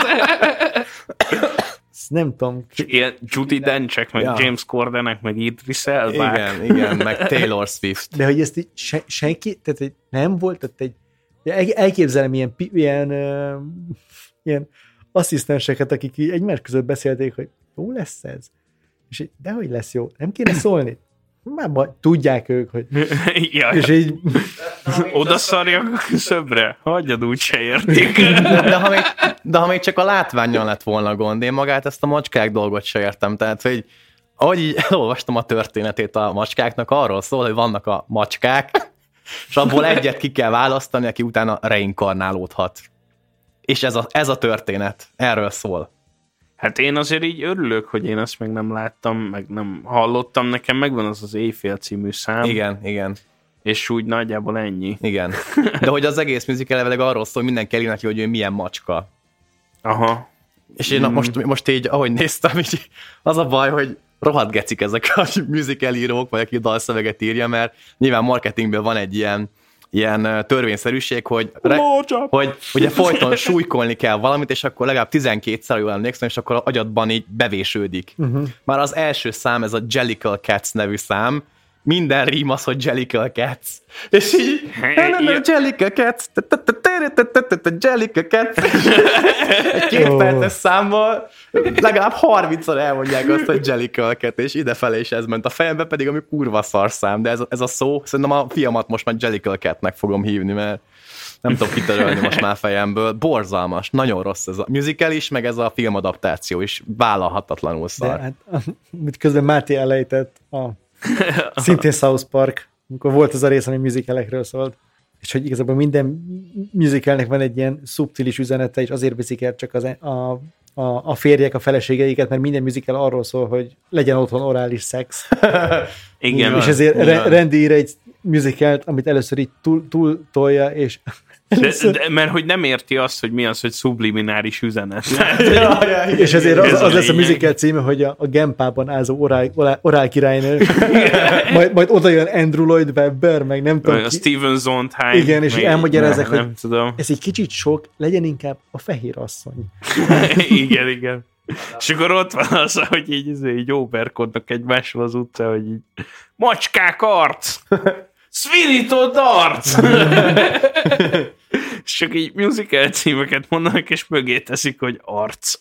Nem tudom. Ilyen Judi Denchek, meg ja. James Cordenek, meg Idris Elbák. Igen, igen, meg Taylor Swift. De hogy ezt így se, senki, tehát egy, nem volt ott egy, elképzelem ilyen, ilyen, uh, ilyen asszisztenseket, akik így egymás között beszélték, hogy jó lesz ez. És dehogy lesz jó, nem kéne szólni. Már baj, tudják ők, hogy... ja, és így... Oda szarjak a küszöbre? Hagyjad, úgy se értik. de, de, ha még, de ha még csak a látványon lett volna gond, én magát ezt a macskák dolgot se értem. Tehát, hogy ahogy így elolvastam a történetét a macskáknak, arról szól, hogy vannak a macskák, és abból egyet ki kell választani, aki utána reinkarnálódhat. És ez a, ez a történet. Erről szól. Hát én azért így örülök, hogy én ezt meg nem láttam, meg nem hallottam. Nekem megvan az az Éjfél című szám. Igen, igen. És úgy nagyjából ennyi. Igen. De hogy az egész musical elvileg arról szól, hogy mindenki elér neki, hogy ő milyen macska. Aha. És én mm. most, most így, ahogy néztem, így az a baj, hogy rohadt gecik ezek a musical írók, vagy aki dalszöveget írja, mert nyilván marketingből van egy ilyen, ilyen törvényszerűség, hogy, re, hogy ugye folyton súlykolni kell valamit, és akkor legalább tizenkétszer, jól emlékszem, és akkor agyadban így bevésődik. Uh-huh. Már az első szám, ez a Jellicle Cats nevű szám, minden rím az, hogy Jellicle Cats. És így, Jellicle Cats, Jellicle Cats. Egy két perces számmal legalább harmincszor elmondják azt, hogy Jellicle Cat, és idefelé is ez ment a fejembe, pedig ami kurva szarszám, de ez, ez a szó, szerintem a fiamat most már Jellicle Catnek fogom hívni, mert nem tudom kitörölni most már fejemből. Borzalmas, nagyon rossz ez a musical is, meg ez a filmadaptáció is, vállalhatatlanul szar. De hát, mit közben Máté elejtett a szintén South Park, amikor volt az a rész, ami musicalekről szólt, és hogy igazából minden musicalnek van egy ilyen szubtilis üzenete, és azért viszik el csak az, a, a, a férjek, a feleségeiket, mert minden musical arról szól, hogy legyen otthon orális szex. Igen. És ezért igen. Randy ír egy musicalt, amit először így túl, túl tolja, és De, de, mert hogy nem érti azt, hogy mi az, hogy sublimináris üzenet. ja, ja, és ezért az, az lesz a musical címe, hogy a, a Gempában ázó orál, orál, orál királynő. majd, majd oda jön Andrew Lloyd Webber, meg nem tudom a ki. Steven Sondheim. Igen, és elmagyarázzák, hogy tudom. ez egy kicsit sok, legyen inkább a fehér asszony. igen, igen. És akkor ott van az, hogy így, így óverkodnak egymással az utca, hogy így macskák arc! Svinító arc! És csak így musical címeket mondanak, és mögé teszik, hogy arc.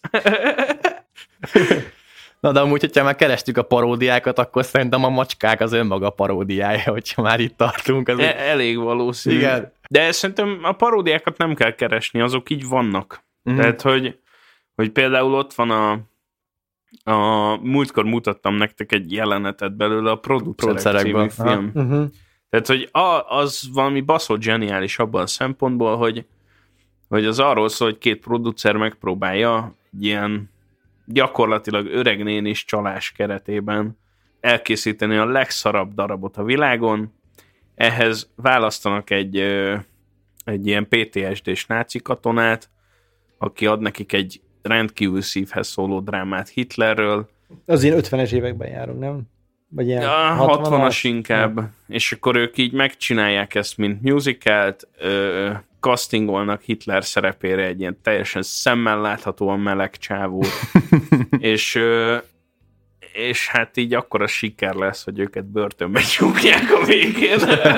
Na de amúgy, hogyha már kerestük a paródiákat, akkor szerintem a macskák az önmaga paródiája, hogyha már itt tartunk. Az e- elég valószínű. Igen. De szerintem a paródiákat nem kell keresni, azok így vannak. Mm. Tehát, hogy, hogy például ott van a, a múltkor mutattam nektek egy jelenetet belőle, a Producerek című film. Uh-huh. Tehát, hogy a, az valami baszott zseniális abban a szempontból, hogy, hogy az arról szól, hogy két producer megpróbálja egy ilyen gyakorlatilag öregnénis csalás keretében elkészíteni a legszarabb darabot a világon. Ehhez választanak egy, egy ilyen pé té es dés náci katonát, aki ad nekik egy rendkívül szívhez szóló drámát Hitlerről. Az ilyen ötvenes években járunk, nem? Vagy ilyen ja, hatvanas inkább, ja. És akkor ők így megcsinálják ezt, mint musicalt, ö, castingolnak Hitler szerepére egy ilyen teljesen szemmel láthatóan meleg csávót, és, ö, és hát így akkora siker lesz, hogy őket börtönbe csukják a végén.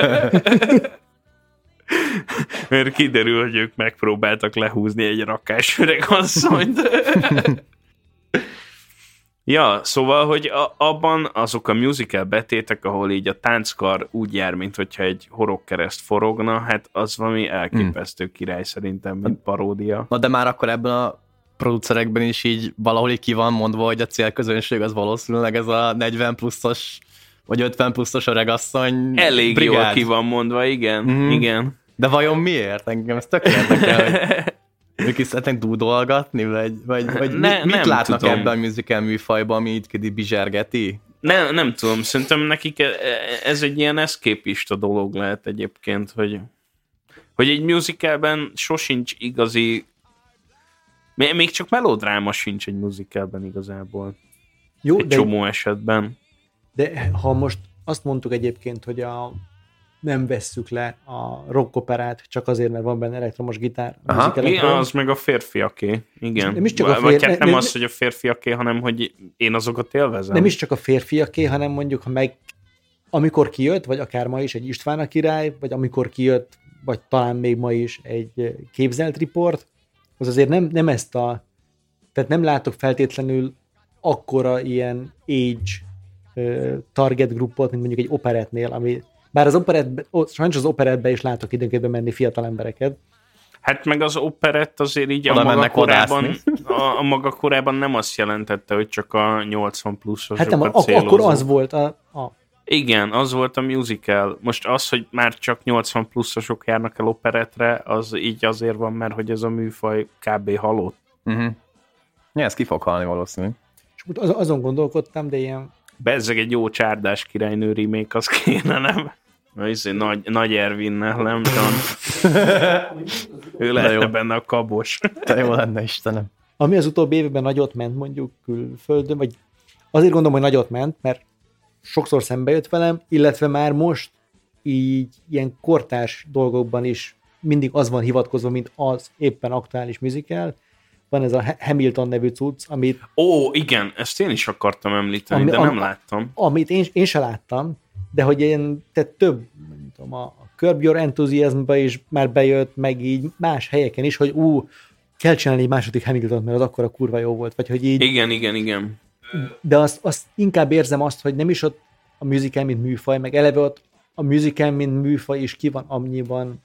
Mert kiderül, hogy ők megpróbáltak lehúzni egy rakás öreg asszonyt. Ja, szóval, hogy a, abban azok a musical betétek, ahol így a tánckar úgy jár, mint hogyha egy horogkereszt forogna, hát az valami elképesztő király szerintem, mint paródia. Na de már akkor ebben a producerekben is így valahol így ki van mondva, hogy a célközönség az valószínűleg ez a negyven pluszos vagy ötven pluszos öregasszony elég brigád. Jól ki van mondva, igen, mm. igen. De vajon miért? Engem ez tök érdekel, hogy ők is szeretnek dúdolgatni, vagy, vagy, vagy ne, mit, mit látnak tudom. Ebben a musical műfajban, ami itt bizsergeti? Nem, nem tudom, szerintem nekik ez egy ilyen eszképista dolog lehet egyébként, hogy, hogy egy musicalben sosincs igazi, még csak melodráma sincs egy musicalben igazából. Jó, egy de csomó esetben. De ha most azt mondtuk egyébként, hogy a nem vesszük le a rockoperát csak azért, mert van benne elektromos gitár. Igen, az meg a férfiaké. Igen. Nem is csak a fér... Vagy hát nem, nem az, hogy a férfiaké, hanem hogy én azokat élvezem. Nem is csak a férfiaké, hanem mondjuk, ha meg amikor kijött, vagy akár ma is egy István a király, vagy amikor kijött, vagy talán még ma is egy Képzelt Report, az azért nem, nem ezt a... Tehát nem látok feltétlenül akkora ilyen age target groupot, mint mondjuk egy operettnél, ami bár az operett, sajnos az operettbe is látok időnként bemenni fiatal embereket. Hát meg az operett azért így a maga, korában, a, a maga korában nem azt jelentette, hogy csak a nyolcvan pluszosokat hát nem, célozó. Akkor az volt a, a... Igen, az volt a musical. Most az, hogy már csak nyolcvan pluszosok járnak el operettre, az így azért van, mert hogy ez a műfaj kb. Halott. Uh-huh. Ja, ez ki fog halni valószínű. És az, azon gondolkodtam, de ilyen... Bezzeg egy jó csárdás királynő remake, az kéne, nem? izé, nagy, nagy Ervinnel, nem tudom. Ő lehetne benne a kabos. Te jó lenne, Istenem. Ami az utóbbi évben nagyot ment mondjuk külföldön, vagy azért gondolom, hogy nagyot ment, mert sokszor szembe jött velem, illetve már most így ilyen kortárs dolgokban is mindig az van hivatkozva, mint az éppen aktuális musical. Van ez a Hamilton nevű cucc, amit... Ó, igen, ezt én is akartam említeni, ami, de nem am, láttam. Amit én, én se láttam, de hogy ilyen, tehát több, nem tudom, a Curb Your Enthusiasm-ba is már bejött, meg így más helyeken is, hogy ú, kell csinálni egy második Hamiltont, mert az akkora kurva jó volt, vagy hogy így... Igen, igen, igen. De azt, azt inkább érzem azt, hogy nem is ott a musical, mint műfaj, meg eleve ott a musical, mint műfaj is ki van annyiban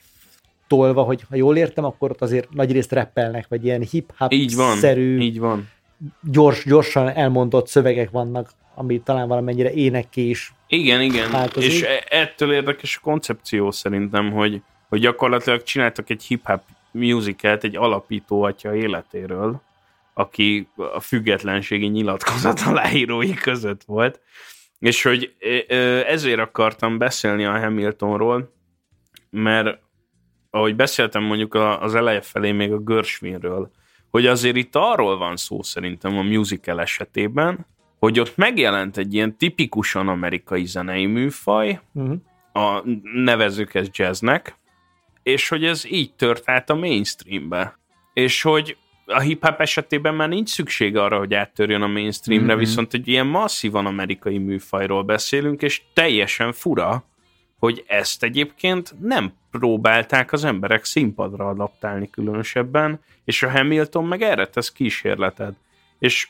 tolva, hogy ha jól értem, akkor ott azért nagyrészt rappelnek, vagy ilyen hip-hop-szerű, így van. Gyors, gyorsan elmondott szövegek vannak, ami talán valamennyire énekké is igen, igen, változik. És ettől érdekes a koncepció szerintem, hogy, hogy gyakorlatilag csináltak egy hip-hop musicalt egy alapító atya életéről, aki a függetlenségi nyilatkozat aláírói között volt, és hogy ezért akartam beszélni a Hamiltonról, mert ahogy beszéltem mondjuk az eleje felé még a Gershwinről, hogy azért itt arról van szó szerintem a musical esetében, hogy ott megjelent egy ilyen tipikusan amerikai zenei műfaj, uh-huh. a nevezzük ezt jazznek, és hogy ez így tört át a mainstreambe. És hogy a hip-hop esetében már nincs szükség arra, hogy áttörjön a mainstreamre, mm-hmm. viszont egy ilyen masszívan amerikai műfajról beszélünk, és teljesen fura, hogy ezt egyébként nem próbálták az emberek színpadra adaptálni különösebben, és a Hamilton meg erre tesz kísérletet. És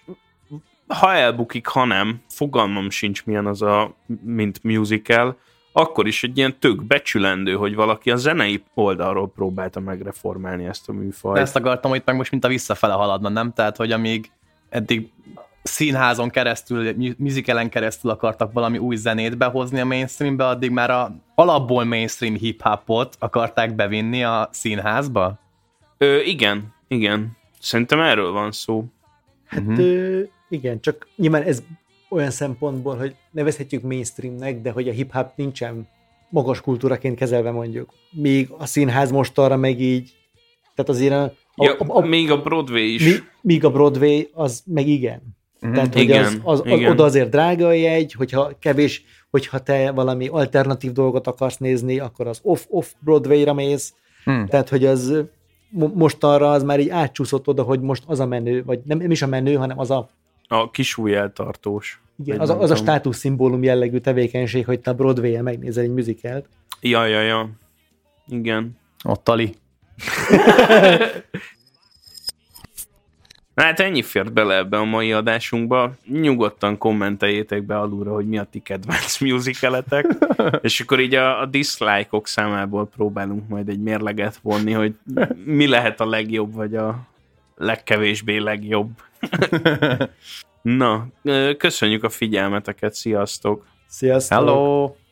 ha elbukik, ha nem, fogalmam sincs milyen az a, mint musical, akkor is egy ilyen tök becsülendő, hogy valaki a zenei oldalról próbálta megreformálni ezt a műfajt. De ezt akartam, hogy meg most mint a visszafele haladna, nem? Tehát, hogy amíg eddig színházon keresztül, musicalen keresztül akartak valami új zenét behozni a mainstreambe, addig már a alapból mainstream hip-hopot akarták bevinni a színházba? Ö, igen, igen. Szerintem erről van szó. Hát uh-huh. ö, igen, csak nyilván ez olyan szempontból, hogy nevezhetjük mainstreamnek, de hogy a hip-hop nincsen magas kultúraként kezelve mondjuk. Míg a színház most arra meg így, tehát azért a... a, ja, a, a még a Broadway is. Mi, míg a Broadway az meg igen. Mm-hmm. Tehát, hogy igen, az, az, az, igen. Oda azért drága a jegy, hogyha kevés, hogyha te valami alternatív dolgot akarsz nézni, akkor az off-off Broadway-ra mész. Mm. Tehát, hogy az most arra az már így átcsúszott oda, hogy most az a menő, vagy nem, nem is a menő, hanem az a A kisúlyeltartós. Igen, az a, az a státuszszimbólum jellegű tevékenység, hogy te a Broadway-en megnézel egy musicalt. Ja, ja, ja. Igen. Ott Tali. Na hát ennyi fért bele ebbe a mai adásunkba. Nyugodtan kommenteljétek be alulra, hogy mi a ti kedvenc musicaletek, és akkor így a, a dislike-ok számából próbálunk majd egy mérleget vonni, hogy mi lehet a legjobb, vagy a legkevésbé legjobb. Na, köszönjük a figyelmeteket, sziasztok! Sziasztok! Hello!